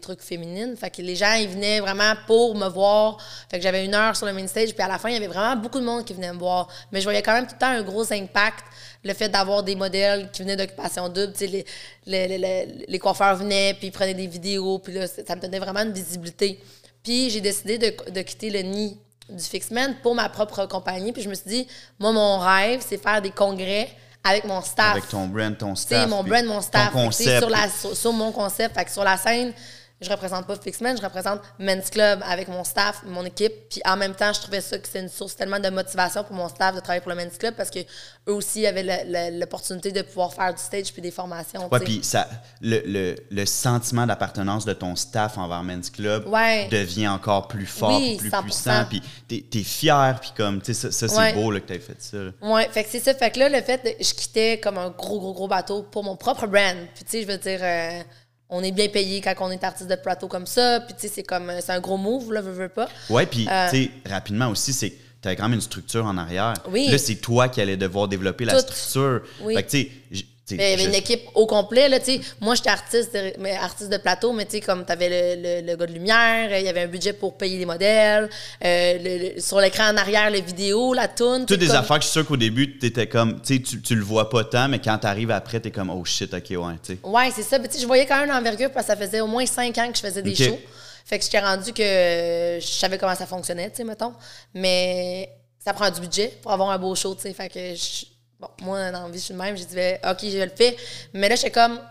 Speaker 2: trucs féminines. Fait que les gens, ils venaient vraiment pour me voir. Fait que j'avais une heure sur le main stage, puis à la fin, il y avait vraiment beaucoup de monde qui venait me voir. Mais je voyais quand même tout le temps un gros impact, le fait d'avoir des modèles qui venaient d'Occupation Double. Tu sais, les, les, les, les coiffeurs venaient, puis ils prenaient des vidéos, puis là, ça me donnait vraiment une visibilité. Puis j'ai décidé de, de quitter le nid du Fixmen pour ma propre compagnie. Puis je me suis dit, moi, mon rêve, c'est faire des congrès avec mon staff.
Speaker 1: Avec ton brand, ton staff.
Speaker 2: C'est mon brand, mon staff.
Speaker 1: Ton concept.
Speaker 2: Sur, la, sur, sur mon concept. Fait que sur la scène, je représente pas Fixmen, je représente Men's Club avec mon staff, mon équipe. Puis en même temps, je trouvais ça que c'est une source tellement de motivation pour mon staff de travailler pour le Men's Club parce que eux aussi avaient l'opportunité de pouvoir faire du stage puis des formations.
Speaker 1: Ouais, puis ça, le, le, le sentiment d'appartenance de ton staff envers Men's Club
Speaker 2: ouais.
Speaker 1: devient encore plus fort,
Speaker 2: oui,
Speaker 1: plus
Speaker 2: cent pour cent.
Speaker 1: puissant. Puis t'es, t'es fier, puis comme, tu sais, ça, ça c'est
Speaker 2: ouais.
Speaker 1: beau là, que t'aies fait ça. Là.
Speaker 2: Ouais, fait que c'est ça. Fait que là, le fait, de, je quittais comme un gros, gros, gros bateau pour mon propre brand. Puis tu sais, je veux dire. Euh, on est bien payé quand on est artiste de plateau comme ça. Puis, tu sais, c'est comme... C'est un gros move, là, veux, veux pas.
Speaker 1: Ouais, puis,
Speaker 2: euh,
Speaker 1: tu sais, rapidement aussi, c'est... T'avais quand même une structure en arrière.
Speaker 2: Oui.
Speaker 1: Là, c'est toi qui allais devoir développer la
Speaker 2: Tout.
Speaker 1: structure.
Speaker 2: Oui.
Speaker 1: Fait que, tu sais...
Speaker 2: Il y avait une équipe au complet, là, tu sais. Moi, j'étais artiste, mais artiste de plateau, mais tu sais, comme t'avais le, le, le gars de lumière, il y avait un budget pour payer les modèles, euh, le, le, sur l'écran en arrière, les vidéos, la toune.
Speaker 1: Toutes des
Speaker 2: comme...
Speaker 1: affaires que je suis sûr qu'au début, t'étais comme, tu sais, tu, tu le vois pas tant, mais quand t'arrives après, t'es comme, oh shit, ok, ouais, tu sais.
Speaker 2: Ouais, c'est ça. Mais tu sais, je voyais quand même l'envergure parce que ça faisait au moins cinq ans que je faisais des
Speaker 1: okay.
Speaker 2: shows. Fait que j'étais rendu que je savais comment ça fonctionnait, tu sais, mettons. Mais ça prend du budget pour avoir un beau show, tu sais. Fait que je... Bon, moi, dans la vie, je suis de même. J'ai dit, OK, je le fais. Mais là, j'étais comme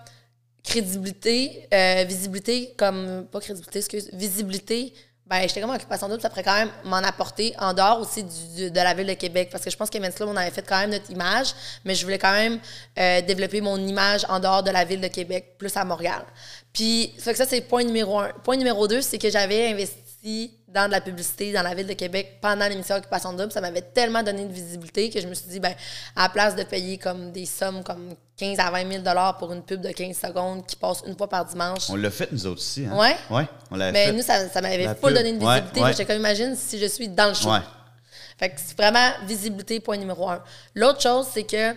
Speaker 2: crédibilité, euh, visibilité, comme, pas crédibilité, excuse, visibilité. Ben, j'étais comme en Occupation Double, ça pourrait quand même m'en apporter en dehors aussi du, de la ville de Québec. Parce que je pense qu'à Men's Club, on avait fait quand même notre image, mais je voulais quand même euh, développer mon image en dehors de la ville de Québec, plus à Montréal. Puis, ça fait que ça, c'est point numéro un. Point numéro deux, c'est que j'avais investi dans de la publicité dans la ville de Québec pendant l'émission Occupation Double. Ça m'avait tellement donné de visibilité que je me suis dit, ben à la place de payer comme des sommes comme quinze à vingt mille dollars pour une pub de quinze secondes qui passe une fois par dimanche.
Speaker 1: On l'a fait, nous autres aussi. Hein?
Speaker 2: Ouais?
Speaker 1: Ouais, on l'avait
Speaker 2: Mais
Speaker 1: fait.
Speaker 2: nous, ça, ça m'avait
Speaker 1: La
Speaker 2: full
Speaker 1: pub.
Speaker 2: donné une visibilité.
Speaker 1: Ouais, ouais.
Speaker 2: J'étais comme, imagine si je suis dans le show.
Speaker 1: Ouais.
Speaker 2: Fait que c'est vraiment visibilité, point numéro un. L'autre chose, c'est que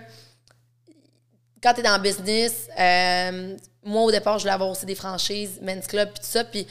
Speaker 2: quand tu es dans le business, euh, moi, au départ, je voulais avoir aussi des franchises, Men's Club, puis tout ça. Puis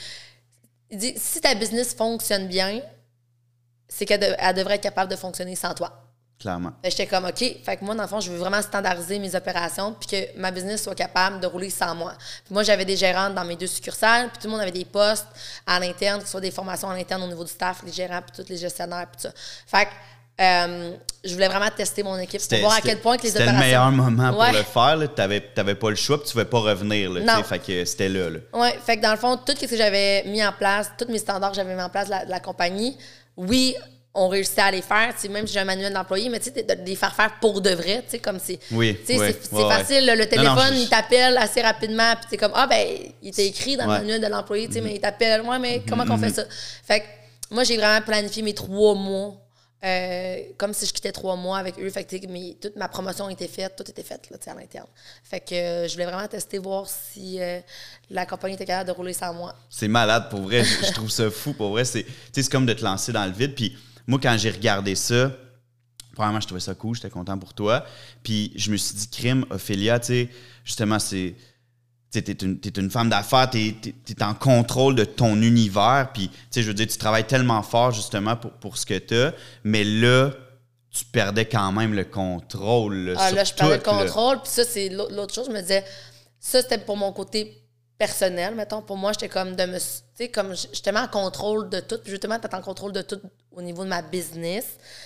Speaker 2: il dit, si ta business fonctionne bien, c'est qu'elle de, elle devrait être capable de fonctionner sans toi.
Speaker 1: Clairement.
Speaker 2: J'étais comme, OK, fait que moi, dans le fond, je veux vraiment standardiser mes opérations puis que ma business soit capable de rouler sans moi. Puis moi, j'avais des gérantes dans mes deux succursales, puis tout le monde avait des postes à l'interne, que ce soit des formations à l'interne au niveau du staff, les gérants, puis tous les gestionnaires, puis tout ça. Fait que euh, je voulais vraiment tester mon équipe pour voir à quel point que les opérations...
Speaker 1: C'était le meilleur moment pour
Speaker 2: ouais.
Speaker 1: le faire. Tu n'avais pas le choix puis tu ne pouvais pas revenir. Là, fait que c'était là. là.
Speaker 2: Oui, fait que dans le fond, tout ce que j'avais mis en place, tous mes standards que j'avais mis en place de la, de la compagnie, oui, on réussit à les faire, même si j'ai un manuel d'employé, mais tu sais, de, de les faire faire pour de vrai, tu sais, comme c'est...
Speaker 1: Oui, oui,
Speaker 2: c'est
Speaker 1: ouais,
Speaker 2: facile,
Speaker 1: ouais.
Speaker 2: le téléphone,
Speaker 1: non, non, je...
Speaker 2: il t'appelle assez rapidement, puis t'es comme, ah, ben, il était écrit dans
Speaker 1: ouais.
Speaker 2: le manuel de l'employé, tu sais,
Speaker 1: mm-hmm.
Speaker 2: mais il t'appelle, ouais, mais comment mm-hmm. qu'on fait ça? Fait que moi, j'ai vraiment planifié mes trois mois, euh, comme si je quittais trois mois avec eux, fait que mes, toute ma promotion était faite, tout était fait, là, tu sais, à l'interne. Fait que euh, je voulais vraiment tester, voir si euh, la compagnie était capable de rouler sans moi.
Speaker 1: C'est malade, pour vrai, je, je trouve ça fou, pour vrai, c'est, c'est comme de te lancer dans le vide, puis moi, quand j'ai regardé ça, premièrement, je trouvais ça cool, j'étais content pour toi. Puis je me suis dit, crime, Ophélia, tu sais, justement, c'est. Tu sais, t'es une, t'es une femme d'affaires, t'es, t'es, t'es en contrôle de ton univers. Puis, tu sais, je veux dire, tu travailles tellement fort, justement, pour, pour ce que t'as. Mais là, tu perdais quand même le contrôle. Là,
Speaker 2: ah,
Speaker 1: sur
Speaker 2: là, je perdais
Speaker 1: tout,
Speaker 2: le contrôle. Puis ça, c'est l'autre chose. Je me disais, ça, c'était pour mon côté personnel, mettons. Pour moi, j'étais comme de me... Tu sais, comme j'étais en contrôle de tout. Puis justement, t'es en contrôle de tout au niveau de ma business.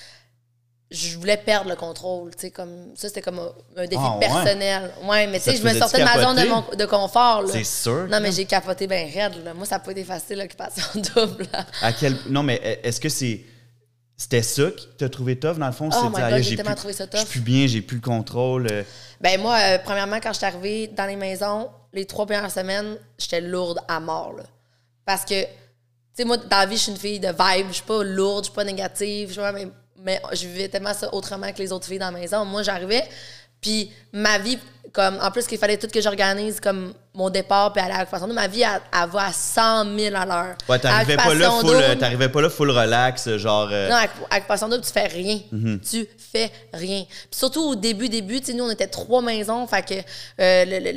Speaker 2: Je voulais perdre le contrôle, tu sais, comme... Ça, c'était comme un, un défi
Speaker 1: ah, ouais.
Speaker 2: personnel. Ouais, mais tu sais, je me
Speaker 1: faisait
Speaker 2: sortais de ma zone de, mon, de confort, là.
Speaker 1: C'est sûr.
Speaker 2: Non, mais j'ai capoté bien raide, là. Moi, ça n'a pas été facile, l'occupation double, là.
Speaker 1: À quel... Non, mais est-ce que c'est... C'était ça qui t'a trouvé tough, dans le fond?
Speaker 2: Oh
Speaker 1: c'est
Speaker 2: my
Speaker 1: dire,
Speaker 2: God,
Speaker 1: ah,
Speaker 2: j'ai tellement trouvé ça tough.
Speaker 1: Je suis plus bien, j'ai plus le contrôle. Euh...
Speaker 2: Ben moi, euh, premièrement, quand je suis arrivée dans les maisons, les trois premières semaines, j'étais lourde à mort, là. Parce que, tu sais, moi, dans la vie, je suis une fille de vibe. Je suis pas lourde, je suis pas négative, je suis pas... Mais, mais je vivais tellement ça autrement que les autres filles dans la maison. Moi, j'arrivais, puis ma vie, comme en plus qu'il fallait tout que j'organise, comme mon départ, puis aller à l'occupation double, ma vie, elle, elle va à cent mille à l'heure.
Speaker 1: Ouais, t'arrivais pas, là full,
Speaker 2: double,
Speaker 1: t'arrivais pas là full relax, genre... Euh...
Speaker 2: Non, à l'occupation double, tu fais rien.
Speaker 1: Mm-hmm.
Speaker 2: Tu fais rien. Puis surtout au début, début, tu sais, nous, on était trois maisons, fait que euh, l'équipe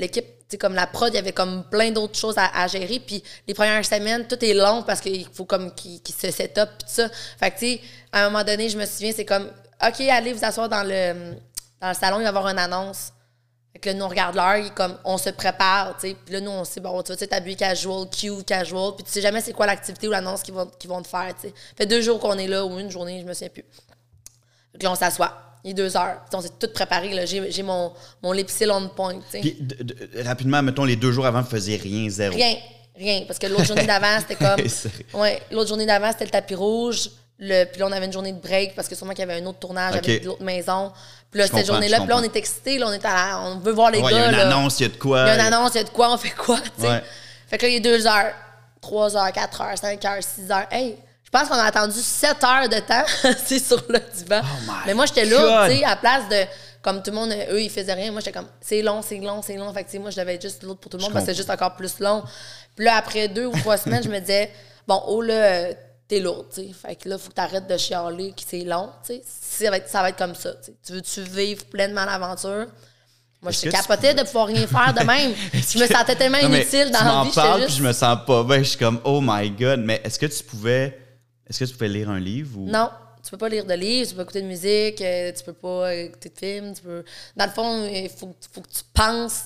Speaker 2: sais, comme la prod, il y avait comme plein d'autres choses à, à gérer. Puis les premières semaines, tout est long parce qu'il faut comme qu'il, qu'il se set up, puis tout ça. Fait que, tu sais, à un moment donné, je me souviens, c'est comme, OK, allez vous asseoir dans le, dans le salon, il va y avoir une annonce. Fait que là, nous, on regarde l'heure, comme, on se prépare, tu sais. Puis là, nous, on sait, bon, tu vas t'habiller casual, cute, casual. Puis tu sais jamais c'est quoi l'activité ou l'annonce qu'ils vont, qu'ils vont te faire, tu sais. Fait deux jours qu'on est là, ou une journée, je me souviens plus. Fait que là, on s'assoit. Il est deux heures. Puis on s'est tout préparé, là. J'ai, j'ai mon, mon lipsil on point, tu sais.
Speaker 1: Puis, de, de, rapidement, mettons, les deux jours avant, vous faisiez rien, zéro.
Speaker 2: Rien, rien. Parce que l'autre journée d'avant, c'était comme... ouais, l'autre journée d'avant, c'était le tapis rouge. Le, puis là, on avait une journée de break parce que sûrement qu'il y avait un autre tournage okay. avec l'autre maison. Puis là, je cette journée-là, puis là, on est excités, là, on est à la, on veut voir les ouais, gars.
Speaker 1: Il y a une annonce, il y a de quoi.
Speaker 2: Il y a une annonce, il y a de quoi, on fait quoi, tu sais. Ouais. Fait que là, il est deux heures, trois heures, quatre heures, cinq heures, six heures. Hey, je pense qu'on a attendu sept heures de temps, c'est sur le divan. Oh mais moi, j'étais là, tu sais, à la place de. Comme tout le monde, eux, ils faisaient rien. Moi, j'étais comme, c'est long, c'est long, c'est long. Fait que, tu sais, moi, je devais être juste l'autre pour tout le monde je parce que c'est juste encore plus long. Puis là, après deux ou trois semaines, je me disais, bon, oh là, t'es lourde, tu sais. Fait que là, il faut que t'arrêtes de chialer, que c'est long, tu sais. Ça va être, ça va être comme ça, tu sais. Tu veux-tu vivre pleinement l'aventure? Moi, je capotais peux... de pouvoir rien faire de même. Je me sentais tellement non, inutile dans la vie.
Speaker 1: Tu m'en parles, juste... puis je me sens pas bien. Je suis comme, oh my God. Mais est-ce que tu pouvais... Est-ce que tu pouvais lire un livre ou...
Speaker 2: Non. Tu peux pas lire de livres, tu peux pas écouter de musique, euh, tu peux pas écouter de films, tu peux... Dans le fond, il faut, faut que tu penses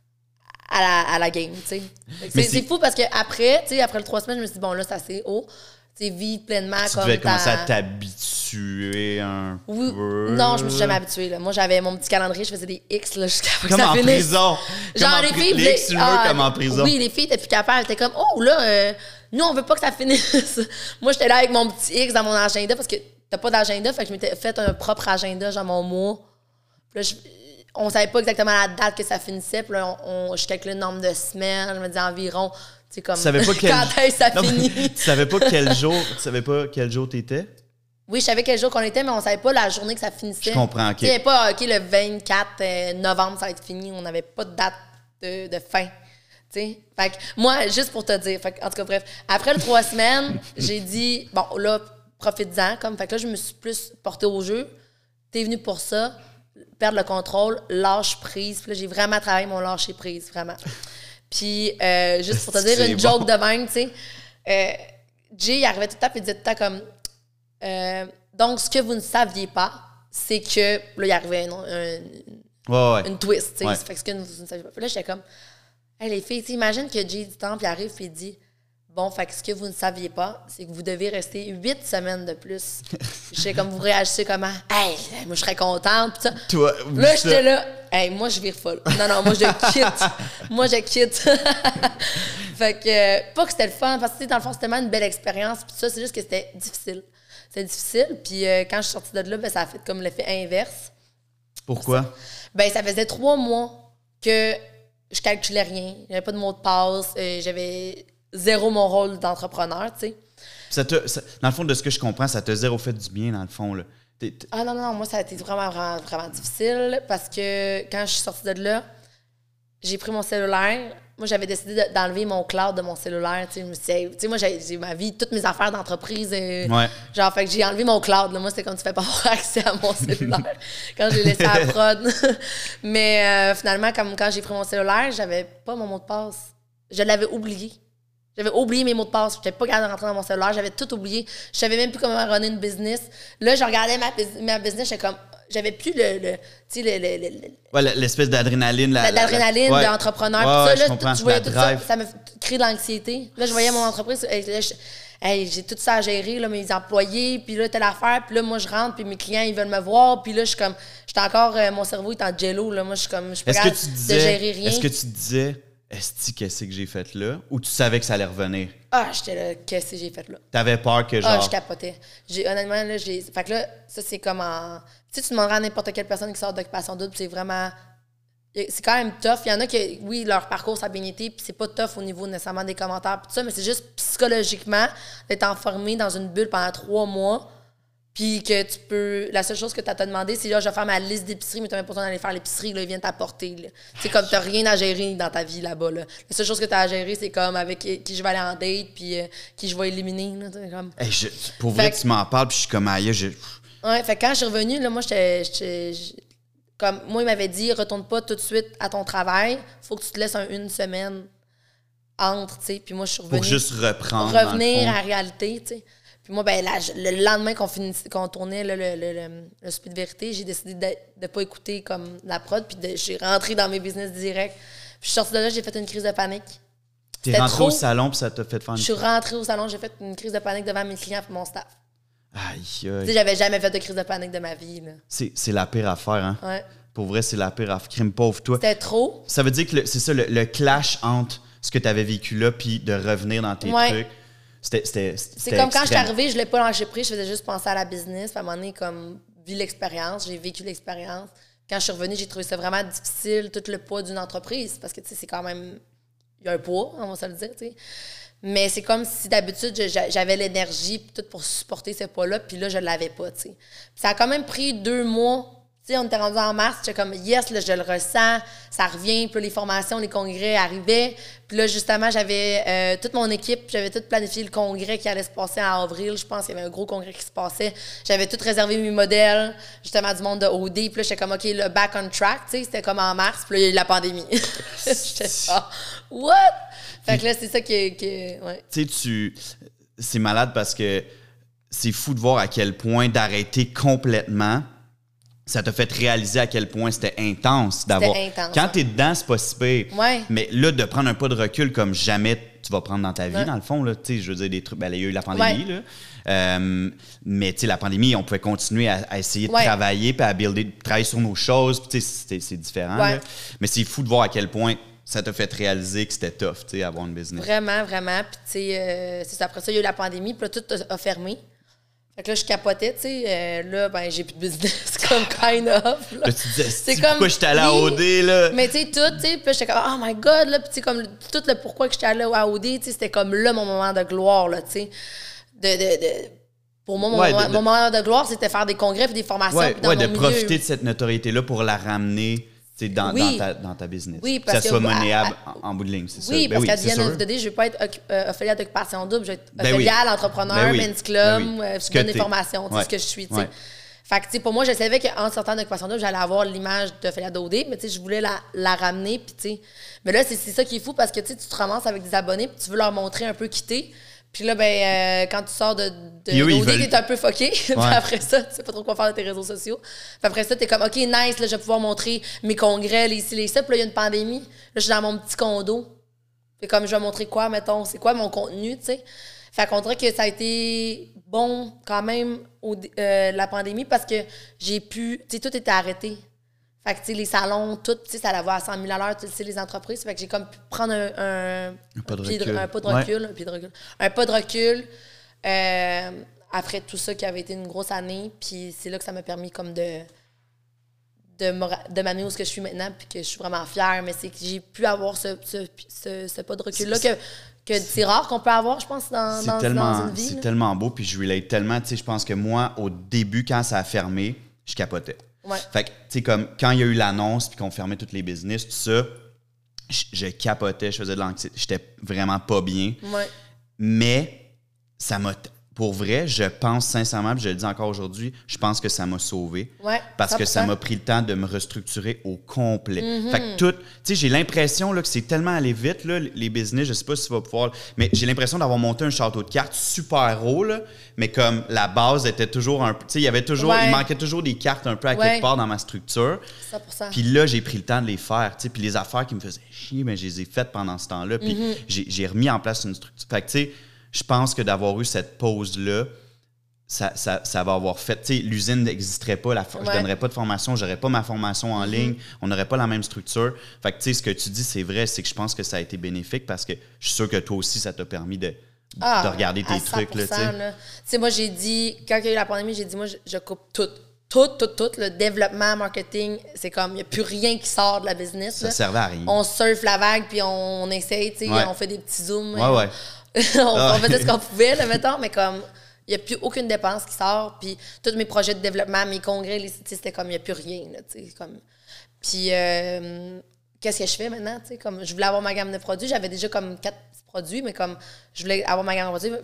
Speaker 2: à la, à la game, tu sais. C'est, c'est fou parce qu'après, tu sais, après le trois semaines, je me suis dit, bon, là, c'est assez haut. Tu sais, vis pleinement
Speaker 1: tu
Speaker 2: comme...
Speaker 1: Tu devais commencer à t'habituer un
Speaker 2: oui.
Speaker 1: peu.
Speaker 2: Non, je me suis jamais habituée, là. Moi, j'avais mon petit calendrier, je faisais des X, là, jusqu'à ce que
Speaker 1: comme
Speaker 2: ça
Speaker 1: en
Speaker 2: finisse.
Speaker 1: Prison.
Speaker 2: Genre,
Speaker 1: comme
Speaker 2: les
Speaker 1: en
Speaker 2: filles...
Speaker 1: Les X ah, comme en prison.
Speaker 2: Oui, les filles étaient plus capables. Elles étaient comme, oh, là, euh, nous, on veut pas que ça finisse. Moi, j'étais là avec mon petit X dans mon agenda parce que t'as pas d'agenda, fait que je m'étais fait un propre agenda, genre mon mois. Puis là, je, on savait pas exactement la date que ça finissait. Puis là, on, on, je calculais le nombre de semaines. Je me disais environ, tu sais, comme,
Speaker 1: tu savais pas quel...
Speaker 2: quand est-ce que ça
Speaker 1: non,
Speaker 2: finit.
Speaker 1: Tu savais pas quel jour, tu savais pas quel jour t'étais?
Speaker 2: Oui, je savais quel jour qu'on était, mais on savait pas la journée que ça finissait.
Speaker 1: Je comprends, OK.
Speaker 2: Tu sais, pas, OK, le vingt-quatre novembre, ça va être fini. On n'avait pas de date de, de fin. T'sais? Fait que moi, juste pour te dire, fait que, en tout cas, bref, après les trois semaines, j'ai dit, bon, là, profite-en, comme, fait que là, je me suis plus portée au jeu. T'es venu pour ça, perdre le contrôle, lâche prise. Puis là, j'ai vraiment travaillé mon lâcher prise, vraiment. Puis, euh, juste pour te dire une bon. joke de même, tu sais, euh, Jay, il arrivait tout le temps, puis il disait tout le temps comme, euh, donc, ce que vous ne saviez pas, c'est que, là, il arrivait un, un,
Speaker 1: ouais, ouais.
Speaker 2: une twist, tu sais.
Speaker 1: Ouais.
Speaker 2: Fait que ce que vous ne saviez pas. Puis là, j'étais comme, hey, les filles, imagine que Jay du Temple arrive et dit, bon, fait que ce que vous ne saviez pas, c'est que vous devez rester huit semaines de plus. Je sais comme vous réagissez comment? Hey, moi, je serais contente. Pis ça.
Speaker 1: Toi,
Speaker 2: là, j'étais là. Hey, moi, je vire folle. Non, non, moi, je quitte. moi, je quitte. Fait que, euh, pas que c'était le fun, parce que, dans le fond, c'était tellement une belle expérience. Puis ça, c'est juste que c'était difficile. C'était difficile. Puis euh, quand je suis sortie de là, ben, ça a fait comme l'effet inverse.
Speaker 1: Pourquoi?
Speaker 2: Ça, ben, ça faisait trois mois que je calculais rien. J'avais pas de mot de passe. Euh, j'avais zéro mon rôle d'entrepreneur, tu sais.
Speaker 1: Ça te, ça, dans le fond, de ce que je comprends, ça t'a zéro fait du bien, dans le fond, là. T'es, t'es...
Speaker 2: Ah non, non, non, moi, ça a été vraiment, vraiment, vraiment difficile parce que quand je suis sortie de là, j'ai pris mon cellulaire. Moi, j'avais décidé de, d'enlever mon cloud de mon cellulaire, tu sais. Je me suis dit, tu sais, moi, j'ai, j'ai ma vie, toutes mes affaires d'entreprise. Euh,
Speaker 1: ouais.
Speaker 2: Genre, fait que j'ai enlevé mon cloud, là. Moi, c'est comme tu fais pas avoir accès à mon cellulaire quand j'ai laissé à la prod. Mais euh, finalement, comme quand j'ai pris mon cellulaire, j'avais pas mon mot de passe. Je l'avais oublié. J'avais oublié mes mots de passe. Je n'étais pas capable de rentrer dans mon cellulaire. J'avais tout oublié. Je savais même plus comment runner une business. Là, je regardais ma, ma business. J'étais comme... J'avais plus le... le tu sais, le, le, le, le...
Speaker 1: Ouais, l'espèce d'adrénaline. La,
Speaker 2: l'adrénaline
Speaker 1: la, la...
Speaker 2: d'entrepreneur.
Speaker 1: Ouais,
Speaker 2: ça,
Speaker 1: ouais,
Speaker 2: là,
Speaker 1: je
Speaker 2: tu voyais
Speaker 1: la
Speaker 2: tout
Speaker 1: drive.
Speaker 2: ça. Ça me crée de l'anxiété. Là, je voyais mon entreprise. Là, je, hey, j'ai tout ça à gérer, là, mes employés. Puis là, telle affaire. Puis là, moi, je rentre. Puis mes clients, ils veulent me voir. Puis là, je suis comme... J'étais encore... Euh, mon cerveau est en jello. Là. Moi, je suis comme... Je suis pas capable de gérer rien.
Speaker 1: Est-ce que tu disais... Est-ce qu'est-ce que j'ai fait là? Ou tu savais que ça allait revenir?
Speaker 2: Ah, j'étais là, qu'est-ce que j'ai fait là?
Speaker 1: T'avais peur que genre...
Speaker 2: Ah, je capotais. J'ai, honnêtement, là, j'ai... Fait que là, ça, c'est comme en... Tu sais, tu demanderas à n'importe quelle personne qui sort d'Occupation Double, c'est vraiment... C'est quand même tough. Il y en a qui, oui, leur parcours, ça a bien été, puis c'est pas tough au niveau nécessairement des commentaires, puis tout ça, mais c'est juste psychologiquement d'être enfermé dans une bulle pendant trois mois, puis que tu peux... La seule chose que tu as demandé, c'est là, je vais faire ma liste d'épicerie, mais tu n'as même pas besoin d'aller faire l'épicerie, là, ils viennent t'apporter. C'est comme tu n'as rien à gérer dans ta vie là-bas. Là. La seule chose que tu as à gérer, c'est comme avec qui je vais aller en date, puis euh, qui je vais éliminer. Là, comme...
Speaker 1: hey, je, pour vrai, fait... tu m'en parles, puis je suis comme aïe. Je...
Speaker 2: Ouais, fait que quand je suis revenue, là, moi, j'étais. j'étais comme moi, il m'avait dit, retourne pas tout de suite à ton travail, faut que tu te laisses un, une semaine entre, tu sais. Puis moi, je suis revenue.
Speaker 1: Pour juste reprendre.
Speaker 2: Revenir à la réalité, tu sais. Puis moi, ben, là, le lendemain qu'on finissait, qu'on tournait là, le, le, le, le Speed Vérité, j'ai décidé de ne pas écouter comme la prod, puis de, j'ai rentré dans mes business direct. Puis je suis sortie de là, j'ai fait une crise de panique.
Speaker 1: T'es rentrée trop. Au salon, puis ça t'a fait faire une...
Speaker 2: Je suis rentrée au salon, j'ai fait une crise de panique devant mes clients et mon staff.
Speaker 1: Aïe,
Speaker 2: aïe. Tu sais, j'avais jamais fait de crise de panique de ma vie. Là.
Speaker 1: C'est, c'est la pire affaire, hein?
Speaker 2: Ouais.
Speaker 1: Pour vrai, c'est la pire affaire. Crime pauvre, toi.
Speaker 2: C'était trop.
Speaker 1: Ça veut dire que le, c'est ça, le, le clash entre ce que tu avais vécu là, puis de revenir dans tes
Speaker 2: ouais.
Speaker 1: trucs. C'était, c'était, c'était
Speaker 2: c'est comme
Speaker 1: extrême.
Speaker 2: Quand je suis arrivée, je ne l'ai pas lâché prise, je faisais juste penser à la business. Puis à un moment donné, comme, vu l'expérience, j'ai vécu l'expérience. Quand je suis revenue, j'ai trouvé ça vraiment difficile, tout le poids d'une entreprise. Parce que, tu sais, c'est quand même... Il y a un poids, on va se le dire, tu sais. Mais c'est comme si d'habitude, j'avais l'énergie tout pour supporter ce poids-là, puis là, je ne l'avais pas, tu sais. Ça a quand même pris deux mois. Tu sais, on était rendu en mars, j'étais comme, yes, là, je le ressens, ça revient, puis les formations, les congrès arrivaient. Puis là, justement, j'avais euh, toute mon équipe, j'avais tout planifié le congrès qui allait se passer en avril. Je pense qu'il y avait un gros congrès qui se passait. J'avais tout réservé mes modèles, justement, du monde de O D. Puis là, j'étais comme, OK, le back on track, tu sais, c'était comme en mars, puis là, il y a eu la pandémie. J'étais ah, what? Fait que là, c'est ça qui... qui ouais.
Speaker 1: Tu sais, tu... C'est malade parce que c'est fou de voir à quel point d'arrêter complètement, ça t'a fait réaliser à quel point c'était intense d'avoir...
Speaker 2: C'était intense.
Speaker 1: Quand t'es dedans, c'est pas si pire.
Speaker 2: Ouais.
Speaker 1: Mais là, de prendre un pas de recul comme jamais tu vas prendre dans ta vie, ouais. dans le fond, là, tu sais, je veux dire, des trucs... Ben, il y a eu la pandémie, ouais. là. Euh, mais, tu sais, la pandémie, on pouvait continuer à, à essayer de ouais. travailler puis à builder, de travailler sur nos choses. Puis, tu sais, c'est, c'est différent, ouais. là. Mais c'est fou de voir à quel point ça t'a fait réaliser que c'était tough, tu sais, avoir une business.
Speaker 2: Vraiment, vraiment. Puis, tu sais, euh, c'est après ça, il y a eu la pandémie, puis là, tout a, a fermé. Fait que là, je capotais, tu sais. Euh, là, ben, j'ai plus de business, comme kind of. Là,
Speaker 1: là tu disais, c'est
Speaker 2: comme,
Speaker 1: pourquoi j'étais allée à O D, là?
Speaker 2: Mais, tu sais, tout, tu sais. Puis là, j'étais comme, oh my God, là. Puis, tu sais, comme, tout le pourquoi que j'étais allée à O D, tu sais, c'était comme là, mon moment de gloire, là, tu sais. De, de, de, pour moi, mon, ouais, moment, de, mon moment de gloire, c'était faire des congrès puis des formations.
Speaker 1: Ouais,
Speaker 2: puis dans
Speaker 1: ouais
Speaker 2: mon
Speaker 1: de
Speaker 2: milieu.
Speaker 1: Profiter de cette notoriété-là pour la ramener. Dans,
Speaker 2: oui.
Speaker 1: dans, ta, dans ta business.
Speaker 2: Oui, parce
Speaker 1: que ça soit
Speaker 2: que,
Speaker 1: monnayable
Speaker 2: à,
Speaker 1: en, en bout de ligne, c'est
Speaker 2: oui,
Speaker 1: ça? Ben
Speaker 2: parce
Speaker 1: oui,
Speaker 2: qu'à the end of the day, je ne veux pas être euh, affiliée d'Occupation Double, je veux être
Speaker 1: ben
Speaker 2: affiliée
Speaker 1: oui.
Speaker 2: à l'entrepreneur,
Speaker 1: ben oui.
Speaker 2: Men's Club,
Speaker 1: ben oui.
Speaker 2: euh, je donne des formations, ouais. ce que je suis. Ouais. Fait que, tu sais, pour moi, je savais qu'en sortant d'Occupation Double, j'allais avoir l'image d'affiliée d'O D, mais tu sais, je voulais la, la ramener, puis tu sais. Mais là, c'est, c'est ça qui est fou parce que tu te ramasses avec des abonnés, puis tu veux leur montrer un peu quitter. Puis là, ben, euh, quand tu sors de, de
Speaker 1: Yo,
Speaker 2: d'O D,
Speaker 1: veulent...
Speaker 2: t'es un peu fucké. Ouais. Puis après ça, tu sais pas trop quoi faire de tes réseaux sociaux. Puis après ça, t'es comme, OK, nice, là, je vais pouvoir montrer mes congrès, les ci, les ça. Puis là, il y a une pandémie. Là, je suis dans mon petit condo. Puis comme, je vais montrer quoi, mettons, c'est quoi mon contenu, tu sais. Fait qu'on dirait que ça a été bon quand même, au, euh, la pandémie, parce que j'ai pu, tu sais, tout était arrêté. Fait que, tu sais, les salons, tout, tu sais, ça allait à cent mille à l'heure, tu sais, les entreprises. Fait que j'ai comme pu prendre un, un,
Speaker 1: un, pas, de
Speaker 2: un,
Speaker 1: recul.
Speaker 2: De, un pas de recul. Ouais. Un, pied de recul. Un pas de recul. Euh, après tout ça qui avait été une grosse année. Puis c'est là que ça m'a permis comme de, de, de m'amener où je suis maintenant, puis que je suis vraiment fière. Mais c'est que j'ai pu avoir ce, ce, ce, ce pas de recul-là que... que c'est rare qu'on peut avoir, je pense, dans, dans,
Speaker 1: tellement,
Speaker 2: dans une vie.
Speaker 1: C'est
Speaker 2: là.
Speaker 1: tellement beau, puis je relate tellement. Tu sais, je pense que moi, au début, quand ça a fermé, je capotais.
Speaker 2: Ouais.
Speaker 1: Fait que, tu sais, comme quand il y a eu l'annonce, puis qu'on fermait toutes les business, tout ça, je, je capotais, je faisais de l'anxiété. J'étais vraiment pas bien.
Speaker 2: Ouais.
Speaker 1: Mais ça m'a... Pour vrai, je pense sincèrement, puis je le dis encore aujourd'hui, je pense que ça m'a sauvé.
Speaker 2: Ouais,
Speaker 1: parce
Speaker 2: cent pour cent.
Speaker 1: que ça m'a pris le temps de me restructurer au complet.
Speaker 2: Mm-hmm.
Speaker 1: Fait que tout, tu sais, j'ai l'impression là, que c'est tellement allé vite, là, les business, je sais pas si tu vas pouvoir, mais j'ai l'impression d'avoir monté un château de cartes super haut, là, mais comme la base était toujours un peu, tu sais, il y avait toujours,
Speaker 2: ouais.
Speaker 1: il manquait toujours des cartes un peu à
Speaker 2: ouais.
Speaker 1: quelque part dans ma structure.
Speaker 2: cent pour cent.
Speaker 1: Puis là, j'ai pris le temps de les faire, tu sais, puis les affaires qui me faisaient chier, mais je les ai faites pendant ce temps-là, puis
Speaker 2: mm-hmm.
Speaker 1: j'ai, j'ai remis en place une structure. Fait que, tu sais, je pense que d'avoir eu cette pause-là, Ça, ça, ça va avoir fait... Tu sais, l'usine n'existerait pas, la, ouais. je donnerais pas de formation, j'aurais pas ma formation en mm-hmm. ligne, on n'aurait pas la même structure. Fait que, tu sais, ce que tu dis, c'est vrai, c'est que je pense que ça a été bénéfique parce que je suis sûr que toi aussi, ça t'a permis de,
Speaker 2: ah,
Speaker 1: de regarder tes trucs, là, tu sais.
Speaker 2: Tu sais, moi, j'ai dit... Quand il y a eu la pandémie, j'ai dit, moi, je, je coupe tout. Tout, tout, tout. Le développement, marketing, c'est comme... Il n'y a plus rien qui sort de la business.
Speaker 1: Ça
Speaker 2: là.
Speaker 1: servait à rien.
Speaker 2: On surfe la vague, puis on, on essaye, tu sais, ouais. on fait des petits zooms.
Speaker 1: Ouais, ouais.
Speaker 2: on, on faisait ce qu'on pouvait, là, mettons, mais comme... Il n'y a plus aucune dépense qui sort. Puis tous mes projets de développement, mes congrès, les, c'était comme, il n'y a plus rien. Là, comme... Puis, euh, qu'est-ce que je fais maintenant? Comme, je voulais avoir ma gamme de produits. J'avais déjà comme quatre produits, mais comme je voulais avoir ma gamme de produits,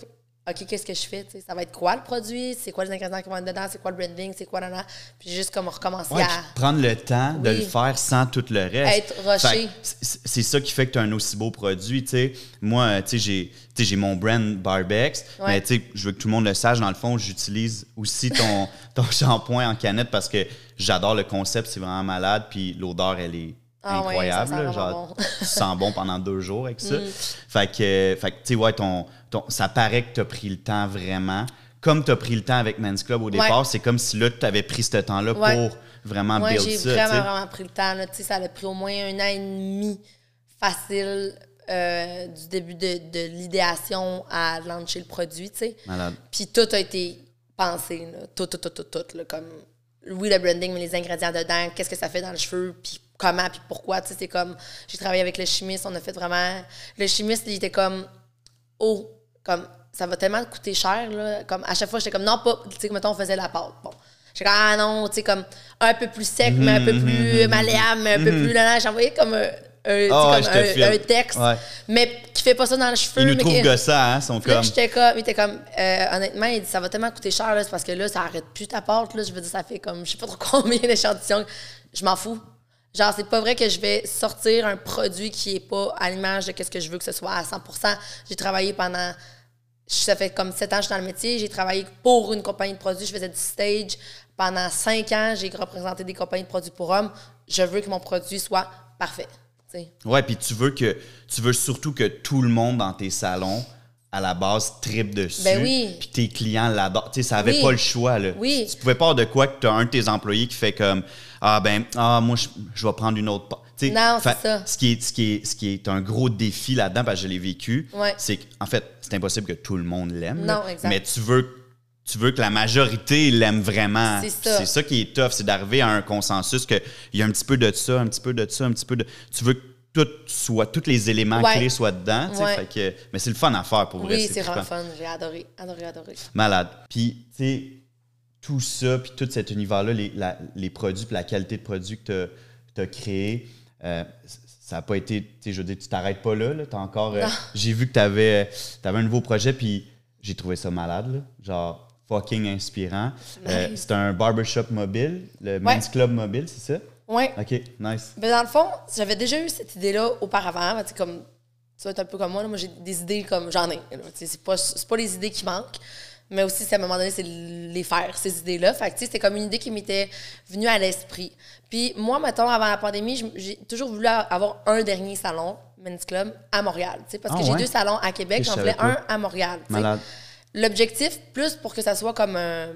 Speaker 2: OK, qu'est-ce que je fais? T'sais, ça va être quoi le produit? C'est quoi les ingrédients qui vont être dedans? C'est quoi le branding? C'est quoi là, là? Puis juste comme recommencer
Speaker 1: ouais,
Speaker 2: à...
Speaker 1: prendre le temps
Speaker 2: oui.
Speaker 1: de le faire sans tout le reste.
Speaker 2: Être rushé.
Speaker 1: C'est ça qui fait que tu as un aussi beau produit. T'sais. Moi, j'ai mon brand Barbex, ouais. mais je veux que tout le monde le sache. Dans le fond, j'utilise aussi ton, ton shampoing en canette parce que j'adore le concept. C'est vraiment malade. Puis l'odeur, elle est... Ah incroyable, ouais, ça sent genre bon. Tu sens bon pendant deux jours avec ça. Mm. Fait que, fait que tu sais, ouais, ton, ton, ça paraît que tu as pris le temps vraiment. Comme tu as pris le temps avec Men's Club au départ, ouais. c'est comme si là, tu avais pris ce temps-là ouais. pour vraiment
Speaker 2: ouais,
Speaker 1: build
Speaker 2: ça.
Speaker 1: ça.
Speaker 2: J'ai vraiment, t'sais. vraiment pris le temps. Là, ça a pris au moins un an et demi facile euh, du début de, de l'idéation à lancer le produit. Puis tout a été pensé. Là. Tout, tout, tout, tout, tout. Là, comme, oui, le branding, mais les ingrédients dedans, qu'est-ce que ça fait dans le cheveu, puis comment, puis pourquoi, tu sais, c'est comme, j'ai travaillé avec le chimiste, on a fait vraiment, le chimiste, il était comme, oh, comme, ça va tellement coûter cher, là, comme, à chaque fois, j'étais comme, non, pas, tu sais, mettons, on faisait la pâte, bon, j'étais comme, ah non, tu sais, comme, un peu plus sec, mmh, mais un peu plus mmh, malléable, mais un mmh. peu plus, là, là, j'envoyais comme un, un, oh, ouais, comme un, un texte, ouais. mais qui fait pas ça dans le cheveu.
Speaker 1: Il nous
Speaker 2: mais
Speaker 1: trouve
Speaker 2: qui,
Speaker 1: gossant, hein, son comme.
Speaker 2: J'étais comme, il était comme, euh, honnêtement, il dit, ça va tellement coûter cher, là, c'est parce que là, ça arrête plus ta pâte, là, je veux dire, ça fait comme, je sais pas trop combien d'échantillons, je m'en fous. Genre, c'est pas vrai que je vais sortir un produit qui est pas à l'image de ce que je veux que ce soit à cent pour cent. J'ai travaillé pendant... Ça fait comme sept ans que je suis dans le métier. J'ai travaillé pour une compagnie de produits. Je faisais du stage. Pendant cinq ans, j'ai représenté des compagnies de produits pour hommes. Je veux que mon produit soit parfait. T'sais.
Speaker 1: Ouais, puis tu veux que tu veux surtout que tout le monde dans tes salons, à la base, tripe dessus.
Speaker 2: Ben oui.
Speaker 1: Puis tes clients l'adorent. Tu sais, ça avait
Speaker 2: oui.
Speaker 1: pas le choix, là.
Speaker 2: Oui.
Speaker 1: Tu pouvais pas avoir de quoi que tu as un de tes employés qui fait comme ah ben ah moi je, je vais prendre une autre. T'sais,
Speaker 2: non, c'est ça.
Speaker 1: Ce qui est ce qui est ce qui est un gros défi là-dedans parce que je l'ai vécu,
Speaker 2: ouais.
Speaker 1: c'est qu'en fait, c'est impossible que tout le monde l'aime.
Speaker 2: Non,
Speaker 1: là,
Speaker 2: exact.
Speaker 1: Mais tu veux tu veux que la majorité l'aime vraiment.
Speaker 2: C'est ça.
Speaker 1: C'est ça qui est tough, c'est d'arriver à un consensus que il y a un petit peu de ça, un petit peu de ça, un petit peu de tu veux que tout soit, tous les éléments
Speaker 2: ouais.
Speaker 1: clés soient dedans.
Speaker 2: Ouais.
Speaker 1: Fait que, mais c'est le fun à faire pour vrai.
Speaker 2: Oui, c'est vraiment fun. J'ai adoré, adoré, adoré.
Speaker 1: Malade. Puis, tu sais, tout ça, puis tout cet univers-là, les, la, les produits, puis la qualité de produits que tu as créé, euh, ça n'a pas été, tu sais, je veux dire, tu t'arrêtes pas là. là t'as encore, euh, j'ai vu que tu avais, avais un nouveau projet, puis j'ai trouvé ça malade, là. Genre, fucking inspirant. Nice. Euh, c'est un barbershop mobile, le ouais. Men's Club mobile, c'est ça?
Speaker 2: Oui.
Speaker 1: OK, nice.
Speaker 2: Mais dans le fond, j'avais déjà eu cette idée-là auparavant. Comme, tu vas être un peu comme moi. Là, moi, j'ai des idées comme j'en ai. C'est pas, c'est pas les idées qui manquent, mais aussi, à un moment donné, c'est les faire, ces idées-là. Fait que, c'est comme une idée qui m'était venue à l'esprit. Puis moi, mettons, avant la pandémie, j'ai toujours voulu avoir un dernier salon, Men's Club, à Montréal. Parce que oh, j'ai ouais? deux salons à Québec, j'en voulais un à Montréal. Malade. L'objectif, plus pour que ça soit comme un...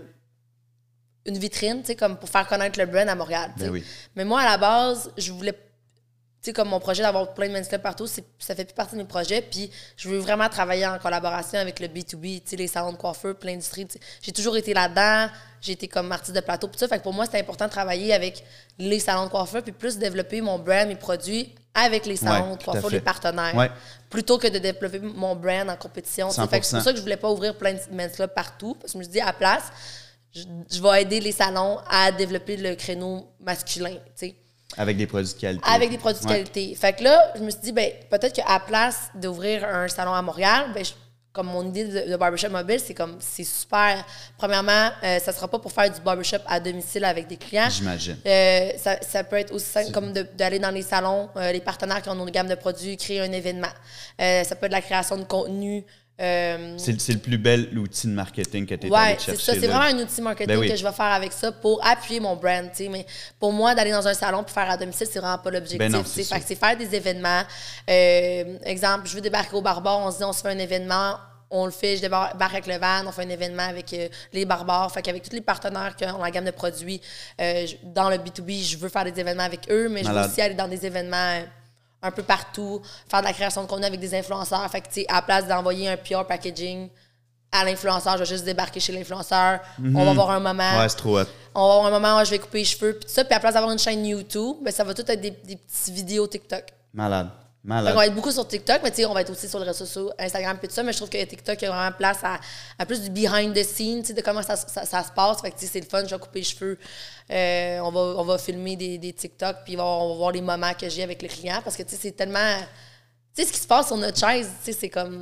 Speaker 2: une vitrine, tu sais, comme pour faire connaître le brand à Montréal. Ben oui. Mais moi, à la base, je voulais, tu sais, comme mon projet d'avoir plein de Men's Club partout, ça fait plus partie de mes projets. Puis je veux vraiment travailler en collaboration avec le B deux B, tu sais, les salons de coiffeurs, plein d'industries. J'ai toujours été là-dedans. J'ai été comme artiste de plateau, tout ça. Fait que pour moi, c'était important de travailler avec les salons de coiffeurs, puis plus développer mon brand, mes produits avec les salons ouais, de coiffeurs, les partenaires. Ouais. Plutôt que de développer mon brand en compétition. Fait que c'est pour ça que je voulais pas ouvrir plein de Men's Club partout. Parce que je me suis dit, à la place, Je, je vais aider les salons à développer le créneau masculin, tu sais.
Speaker 1: Avec des produits de qualité.
Speaker 2: Avec des produits de ouais. qualité. Fait que là, je me suis dit, ben peut-être qu'à la place d'ouvrir un salon à Montréal, ben je, comme mon idée de, de barbershop mobile, c'est comme, c'est super. Premièrement, euh, ça sera pas pour faire du barbershop à domicile avec des clients.
Speaker 1: J'imagine.
Speaker 2: Euh, ça, ça peut être aussi simple comme de, d'aller dans les salons, euh, les partenaires qui ont une gamme de produits, créer un événement. Euh, ça peut être de la création de contenu. Euh,
Speaker 1: c'est, c'est le plus bel outil de marketing que tu es
Speaker 2: ouais,
Speaker 1: allé chercher.
Speaker 2: C'est ça, c'est
Speaker 1: là.
Speaker 2: vraiment un outil marketing ben oui. que je vais faire avec ça pour appuyer mon brand. T'sais. Mais pour moi, d'aller dans un salon pour faire à domicile, c'est vraiment pas l'objectif. Ben non, c'est, fait que c'est faire des événements. Euh, exemple, je veux débarquer au Barbare, on se dit on se fait un événement, on le fait, je débarque avec le van, on fait un événement avec euh, les barbares. Fait qu'avec tous les partenaires qui ont la gamme de produits euh, dans le B deux B, je veux faire des événements avec eux, mais Malade. je veux aussi aller dans des événements euh, un peu partout, faire de la création de contenu avec des influenceurs. Fait que, tu sais, à la place d'envoyer un P R packaging à l'influenceur, je vais juste débarquer chez l'influenceur. Mm-hmm. On va avoir un moment.
Speaker 1: Ouais, c'est trop hot.
Speaker 2: On va avoir un moment où je vais couper les cheveux, puis tout ça. Puis à la place d'avoir une chaîne YouTube, ben, ça va tout être des, des petites vidéos TikTok.
Speaker 1: Malade. Malade.
Speaker 2: On va être beaucoup sur TikTok, mais tu sais, on va être aussi sur les réseaux sociaux, Instagram et tout ça. Mais je trouve que TikTok a vraiment place à, à plus du behind the scenes, tu sais, de comment ça, ça, ça se passe. Fait que tu sais, c'est le fun, je vais couper les cheveux. Euh, on, va, on va filmer des, des TikTok, puis on va, on va voir les moments que j'ai avec les clients. Parce que tu sais, c'est tellement. Tu sais, ce qui se passe sur notre chaise, tu sais, c'est comme.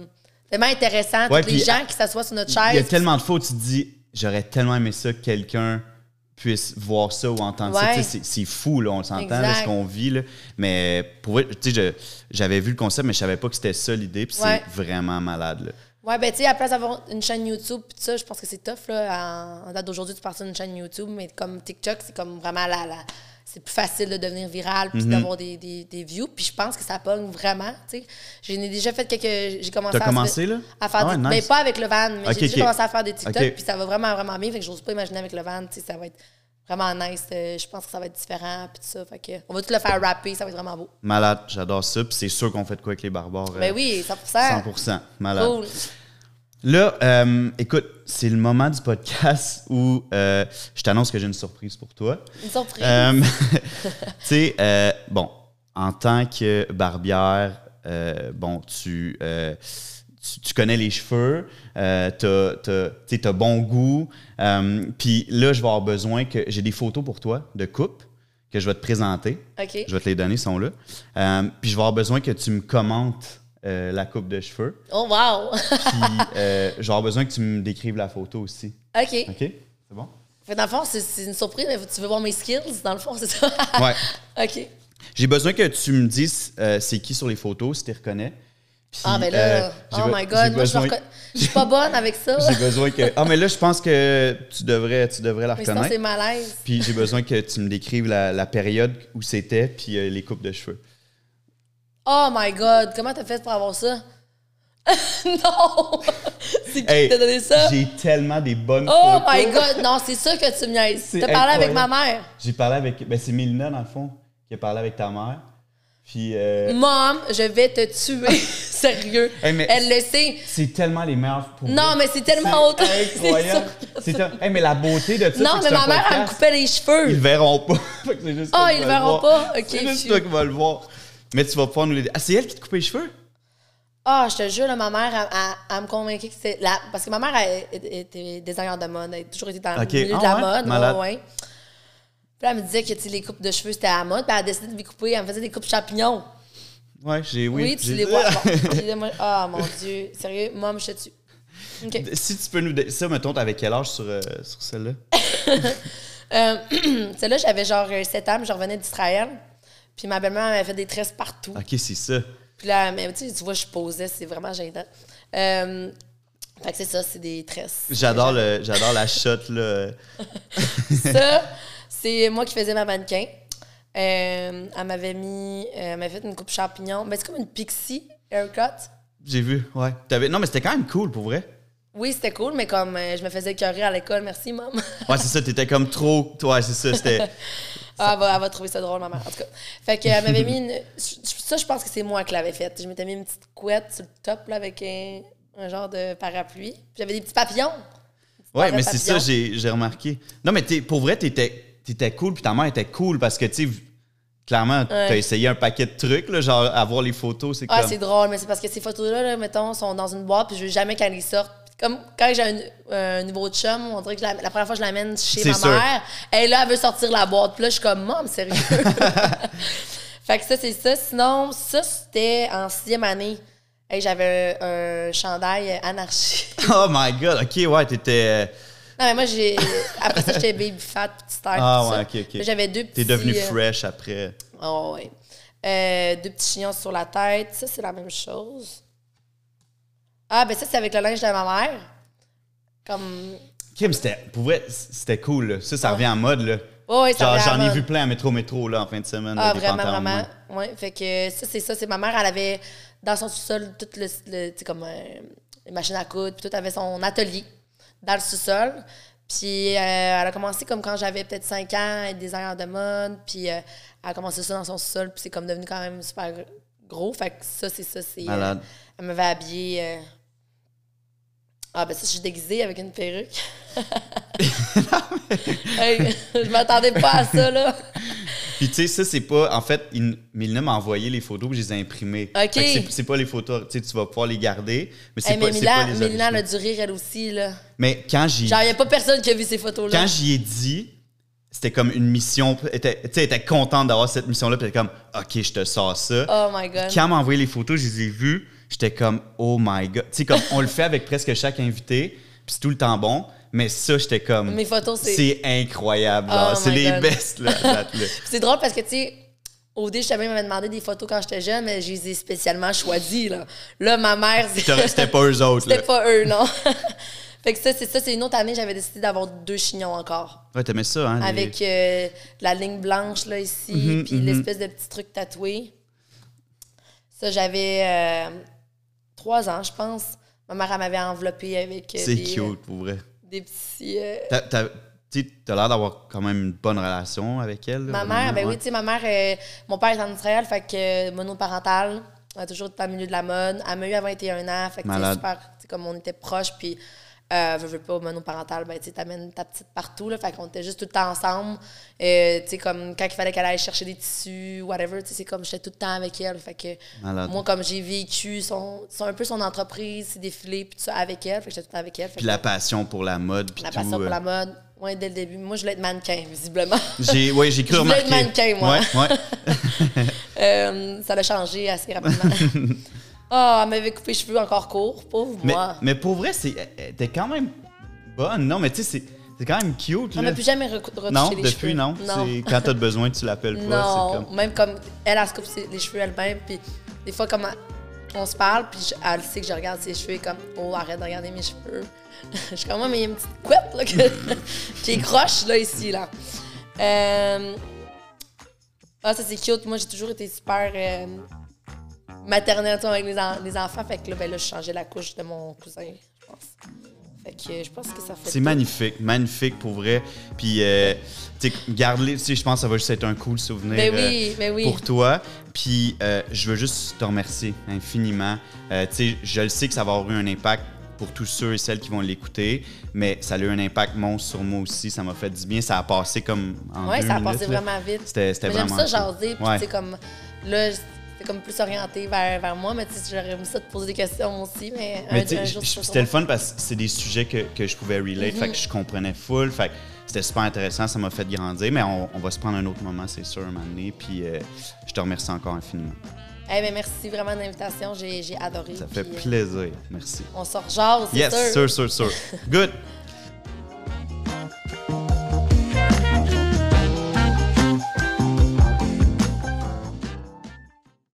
Speaker 2: tellement intéressant.
Speaker 1: Ouais,
Speaker 2: tous les gens qui s'assoient sur notre chaise.
Speaker 1: Il y a tellement de fois où tu te dis, j'aurais tellement aimé ça que quelqu'un puisse voir ça ou entendre
Speaker 2: ouais.
Speaker 1: ça. C'est, c'est fou, là, on s'entend, là, ce qu'on vit. Là. Mais pour vrai, tu sais, j'avais vu le concept, mais je savais pas que c'était ça l'idée. Puis ouais. c'est vraiment malade. Là.
Speaker 2: Ouais, ben tu sais, à la place d'avoir une chaîne YouTube, pis ça, je pense que c'est tough, là. En, en date d'aujourd'hui, tu partir d'une chaîne YouTube, mais comme TikTok, c'est comme vraiment la. la c'est plus facile de devenir viral puis mm-hmm. d'avoir des, des, des views. Puis je pense que ça pogne vraiment, tu sais. J'ai déjà fait quelques... J'ai commencé
Speaker 1: T'as
Speaker 2: à...
Speaker 1: commencé, là?
Speaker 2: À faire
Speaker 1: ah ouais,
Speaker 2: des...
Speaker 1: nice.
Speaker 2: Mais pas avec le van, mais
Speaker 1: okay,
Speaker 2: j'ai déjà
Speaker 1: okay.
Speaker 2: commencé à faire des TikTok,
Speaker 1: okay.
Speaker 2: puis ça va vraiment, vraiment bien. Fait que j'ose pas imaginer avec le van, tu sais, ça va être vraiment nice. Je pense que ça va être différent, puis tout ça. Fait que on va tout le faire rapper, ça va être vraiment beau.
Speaker 1: Malade, j'adore ça. Puis c'est sûr qu'on fait de quoi avec les barbares.
Speaker 2: Ben euh, oui, cent pour cent.
Speaker 1: cent pour cent, malade.
Speaker 2: Cool.
Speaker 1: Là, euh, écoute, c'est le moment du podcast où euh, je t'annonce que j'ai une surprise pour toi.
Speaker 2: Une surprise?
Speaker 1: Euh, tu sais, euh, bon, en tant que barbière, euh, bon, tu, euh, tu, tu connais les cheveux, euh, tu as bon goût. Euh, Puis là, je vais avoir besoin que... J'ai des photos pour toi de coupe que je vais te présenter.
Speaker 2: OK.
Speaker 1: Je vais te les donner, ils sont là. Euh, Puis je vais avoir besoin que tu me commentes Euh, la coupe de cheveux.
Speaker 2: Oh, wow!
Speaker 1: Puis, euh, j'aurais besoin que tu me décrives la photo aussi.
Speaker 2: OK.
Speaker 1: OK? C'est bon?
Speaker 2: Fait, dans le fond, c'est une surprise, mais tu veux voir mes skills, dans le fond, c'est ça?
Speaker 1: Ouais.
Speaker 2: OK.
Speaker 1: J'ai besoin que tu me dises euh, c'est qui sur les photos, si tu les reconnais. Puis,
Speaker 2: ah, mais là, euh, oh my God, moi, besoin... je, recon... je suis pas bonne avec ça.
Speaker 1: J'ai besoin que... Ah, mais là, je pense que tu devrais, tu devrais la
Speaker 2: mais
Speaker 1: reconnaître.
Speaker 2: c'est malaise.
Speaker 1: Puis j'ai besoin que tu me décrives la, la période où c'était, puis euh, les coupes de cheveux.
Speaker 2: Oh my God, comment t'as fait pour avoir ça? Non! C'est qui
Speaker 1: hey,
Speaker 2: t'a donné ça?
Speaker 1: J'ai tellement des bonnes
Speaker 2: oh
Speaker 1: photos.
Speaker 2: Oh my God! Non, c'est ça que tu me niaises. T'as parlé avec ma mère?
Speaker 1: J'ai parlé avec... Ben, c'est Mélina, dans le fond, qui a parlé avec ta mère. Puis... Euh...
Speaker 2: Mom, je vais te tuer. Sérieux.
Speaker 1: Hey,
Speaker 2: elle le sait.
Speaker 1: C'est tellement les meilleurs pour
Speaker 2: Non, mais c'est tellement autre.
Speaker 1: C'est incroyable. C'est un... hey, mais la beauté de ça,
Speaker 2: non, mais ma mère, elle me coupait les cheveux.
Speaker 1: Ils le verront pas. C'est juste
Speaker 2: ah, ils le verront pas? OK.
Speaker 1: C'est juste toi qui vas le voir. Mais tu vas pouvoir nous les... Ah, c'est elle qui te coupe les cheveux?
Speaker 2: Ah, je te jure, là, ma mère, elle, elle, elle me convainquait que c'était... La... Parce que ma mère, elle, elle était designer de mode. Elle a toujours été dans okay. le milieu ah, de la
Speaker 1: ouais?
Speaker 2: mode.
Speaker 1: Malade.
Speaker 2: Ouais, ouais. Puis là, elle me disait que les coupes de cheveux, c'était à la mode. Puis elle a décidé de les couper. Elle me faisait des coupes champignons.
Speaker 1: Ouais, j'ai... Oui,
Speaker 2: oui tu les vois. Ah, bon, oh, mon Dieu. Sérieux, maman, je te tue. Okay.
Speaker 1: Si tu peux nous... Ça, mettons, t'avais quel âge sur, euh, sur celle-là?
Speaker 2: euh, celle-là, j'avais genre sept ans, mais je revenais d'Israël. Puis ma belle-mère m'avait fait des tresses partout.
Speaker 1: OK, c'est ça.
Speaker 2: Puis là, mais, tu vois, je posais, c'est vraiment gênant. Euh, fait que c'est ça, c'est des tresses.
Speaker 1: J'adore le, j'adore la shot, là.
Speaker 2: Ça, c'est moi qui faisais ma mannequin. Euh, elle m'avait mis... Euh, elle m'avait fait une coupe champignon. Mais c'est comme une pixie haircut.
Speaker 1: J'ai vu, ouais. T'avais, non, mais c'était quand même cool, pour vrai.
Speaker 2: Oui, c'était cool, mais comme euh, je me faisais écœurer à l'école, merci, maman.
Speaker 1: Ouais, c'est ça, t'étais comme trop... Ouais, c'est ça, c'était...
Speaker 2: Ah, elle va, elle va trouver ça drôle, ma mère. En tout cas. Fait qu'elle m'avait mis une... Ça, je pense que c'est moi qui l'avais faite. Je m'étais mis une petite couette sur le top, là, avec un, un genre de parapluie. Puis j'avais des petits papillons.
Speaker 1: Ouais, mais c'est ça, j'ai, j'ai remarqué. Non, mais t'es, pour vrai, t'étais, t'étais cool, puis ta mère était cool, parce que, tu sais, clairement, t'as ouais. essayé un paquet de trucs, là, genre, avoir les photos, c'est
Speaker 2: ah,
Speaker 1: comme...
Speaker 2: Ah, c'est drôle, mais c'est parce que ces photos-là, là, mettons, sont dans une boîte, puis je veux jamais qu'elles les sortent. Comme quand j'ai un, un nouveau chum, on dirait que la, la première fois que je l'amène chez c'est ma sûr. mère, elle là, elle veut sortir la boîte. Puis là, je suis comme, Mom, sérieux? Fait que ça, c'est ça. Sinon, ça, c'était en sixième année. Hey, j'avais un, un chandail anarchie.
Speaker 1: Oh my God, OK, ouais, t'étais...
Speaker 2: Non, mais moi, j'ai... Après ça, j'étais baby fat, petite tête,
Speaker 1: ah,
Speaker 2: tout
Speaker 1: ouais,
Speaker 2: ça.
Speaker 1: OK, OK.
Speaker 2: Là, j'avais deux petits...
Speaker 1: T'es devenue fresh après.
Speaker 2: Oh, ouais. Euh, deux petits chignons sur la tête. Ça, c'est la même chose. Ah, ben ça, c'est avec le linge de ma mère. Comme...
Speaker 1: Kim, c'était... Pour vrai, c'était cool, là. Ça, ça
Speaker 2: oh.
Speaker 1: revient en mode, là.
Speaker 2: Oh, oui, ça
Speaker 1: genre,
Speaker 2: revient
Speaker 1: j'en
Speaker 2: en
Speaker 1: ai
Speaker 2: mode.
Speaker 1: vu plein à métro-métro, là, en fin de semaine.
Speaker 2: Ah,
Speaker 1: là,
Speaker 2: vraiment, vraiment. Oui, fait que ça, c'est ça. C'est ma mère, elle avait dans son sous-sol tout le... le tu sais, comme... Euh, les machines à coudre, puis tout avait son atelier dans le sous-sol. Puis euh, elle a commencé comme quand j'avais peut-être cinq ans, à être designer de mode. Puis euh, elle a commencé ça dans son sous-sol, puis c'est comme devenu quand même super gros. Fait que ça, c'est ça. C'est, euh, elle m'avait habillée... Euh... Ah, ben ça, je suis déguisée avec une perruque. Hey, je m'attendais pas à ça, là.
Speaker 1: Puis, tu sais, ça, c'est pas... En fait, Mélina m'a envoyé les photos, puis je les ai imprimées.
Speaker 2: OK.
Speaker 1: C'est, c'est pas les photos... Tu sais, tu vas pouvoir les garder, mais c'est,
Speaker 2: hey,
Speaker 1: pas,
Speaker 2: mais
Speaker 1: c'est
Speaker 2: Mila,
Speaker 1: pas les originaux.
Speaker 2: Mélina, elle a dû rire, elle aussi, là.
Speaker 1: Mais quand j'y...
Speaker 2: Genre, il n'y a pas personne qui a vu ces photos-là.
Speaker 1: Quand j'y ai dit... C'était comme une mission. Tu sais, elle était contente d'avoir cette mission-là, puis elle était comme, OK, je te sors ça.
Speaker 2: Oh my God.
Speaker 1: Quand elle m'a envoyé les photos, je les ai vues. j'étais comme « Oh my God ». Tu sais, comme on le fait avec presque chaque invité, puis c'est tout le temps bon, mais ça, j'étais comme...
Speaker 2: Mes photos, c'est...
Speaker 1: C'est incroyable,
Speaker 2: oh
Speaker 1: c'est les
Speaker 2: God.
Speaker 1: best, là, là.
Speaker 2: C'est drôle parce que, tu sais, au dé, je savais, m'avait demandé des photos quand j'étais jeune, mais je les ai spécialement choisies, là. Là, ma mère...
Speaker 1: C'était pas eux autres,
Speaker 2: C'était
Speaker 1: là.
Speaker 2: pas eux, non. Fait que ça, c'est ça, c'est une autre année, j'avais décidé d'avoir deux chignons encore.
Speaker 1: Ouais, t'aimais ça, hein? Les...
Speaker 2: Avec euh, la ligne blanche, là, ici,
Speaker 1: mm-hmm,
Speaker 2: puis mm-hmm. l'espèce de petit truc tatoué. Ça, j'avais euh, trois ans, je pense. Ma mère, elle m'avait enveloppé avec euh,
Speaker 1: c'est
Speaker 2: des...
Speaker 1: cute, pour vrai.
Speaker 2: Des petits... Euh...
Speaker 1: T'as, t'as, t'as l'air d'avoir quand même une bonne relation avec elle.
Speaker 2: Ma
Speaker 1: là,
Speaker 2: mère, ben
Speaker 1: ouais.
Speaker 2: oui, tu sais, ma mère, euh, mon père est en Israël, fait que euh, monoparentale. Elle a toujours été dans le milieu de la mode. Elle m'a eu à vingt et un ans, fait que c'est super, comme on était proches, puis... Euh, je veux pas, monoparental, ben, tu sais, t'amènes ta petite partout, là, fait qu'on était juste tout le temps ensemble. Euh, tu sais, comme quand il fallait qu'elle aille chercher des tissus, whatever, tu sais, c'est comme j'étais tout le temps avec elle. Fait que
Speaker 1: Malade.
Speaker 2: Moi, comme j'ai vécu son, son, un peu son entreprise, ses défilés, puis tout ça avec elle, fait que j'étais tout le temps avec elle.
Speaker 1: Puis la passion pour la mode, puis
Speaker 2: La
Speaker 1: tout.
Speaker 2: passion
Speaker 1: euh...
Speaker 2: pour la mode, ouais, dès le début. Moi, je voulais être mannequin, visiblement.
Speaker 1: J'ai, ouais, j'ai cru
Speaker 2: je voulais
Speaker 1: remarquer.
Speaker 2: être mannequin, moi.
Speaker 1: Ouais, ouais.
Speaker 2: euh, ça a changé assez rapidement. Ah, oh, elle m'avait coupé les cheveux encore courts, pauvre
Speaker 1: mais,
Speaker 2: moi.
Speaker 1: Mais pour vrai, c'est, t'es quand même bonne. Non, mais tu sais, c'est, c'est quand même cute.
Speaker 2: On
Speaker 1: n'a
Speaker 2: plus jamais retouché
Speaker 1: non,
Speaker 2: les
Speaker 1: depuis,
Speaker 2: cheveux.
Speaker 1: Non, depuis, non. C'est quand t'as besoin, tu l'appelles pas.
Speaker 2: Non,
Speaker 1: c'est comme...
Speaker 2: même comme elle, elle se coupe les cheveux elle-même. Puis des fois, comme on se parle, puis je, elle sait que je regarde ses cheveux et comme, oh, arrête de regarder mes cheveux. Je suis comme, mais il y a une petite couette là, que, qui est croche là, ici. Là. Euh... Ah, ça, c'est cute. Moi, j'ai toujours été super euh, maternelle avec les, en, les enfants. Fait que là, ben, là, je changeais la couche de mon cousin, je pense. Fait que je pense que ça fait.
Speaker 1: C'est
Speaker 2: tout.
Speaker 1: magnifique, magnifique pour vrai. Puis, euh, tu sais, garde-les. Tu sais, je pense que ça va juste être un cool souvenir
Speaker 2: ben oui,
Speaker 1: euh,
Speaker 2: ben oui.
Speaker 1: pour toi. Puis, euh, je veux juste te remercier infiniment. Euh, tu sais, je le sais que ça va avoir eu un impact pour tous ceux et celles qui vont l'écouter, mais ça a eu un impact monstre sur moi aussi. Ça m'a fait du bien. Ça a passé comme en
Speaker 2: ouais,
Speaker 1: deux
Speaker 2: ça a
Speaker 1: minutes.
Speaker 2: passé
Speaker 1: Là.
Speaker 2: vraiment vite.
Speaker 1: C'était, c'était
Speaker 2: mais
Speaker 1: vraiment
Speaker 2: j'aime ça
Speaker 1: cool.
Speaker 2: jaser. Puis,
Speaker 1: Ouais.
Speaker 2: tu sais, comme là, c'est comme plus orienté vers, vers moi, mais tu sais, j'aurais aimé ça te poser des questions aussi, mais,
Speaker 1: mais
Speaker 2: un, un jour,
Speaker 1: j- c'était le fun parce que c'est des sujets que, que je pouvais relate,
Speaker 2: Mm-hmm.
Speaker 1: fait que je comprenais full, fait que c'était super intéressant, ça m'a fait grandir, mais on, on va se prendre un autre moment, c'est sûr, un moment donné, puis euh, je te remercie encore infiniment.
Speaker 2: Eh bien, merci vraiment de l'invitation, j'ai, j'ai adoré.
Speaker 1: Ça fait
Speaker 2: puis,
Speaker 1: plaisir, merci.
Speaker 2: On se rejase, c'est
Speaker 1: yes,
Speaker 2: sûr.
Speaker 1: sûr, sûr, sûr. Good!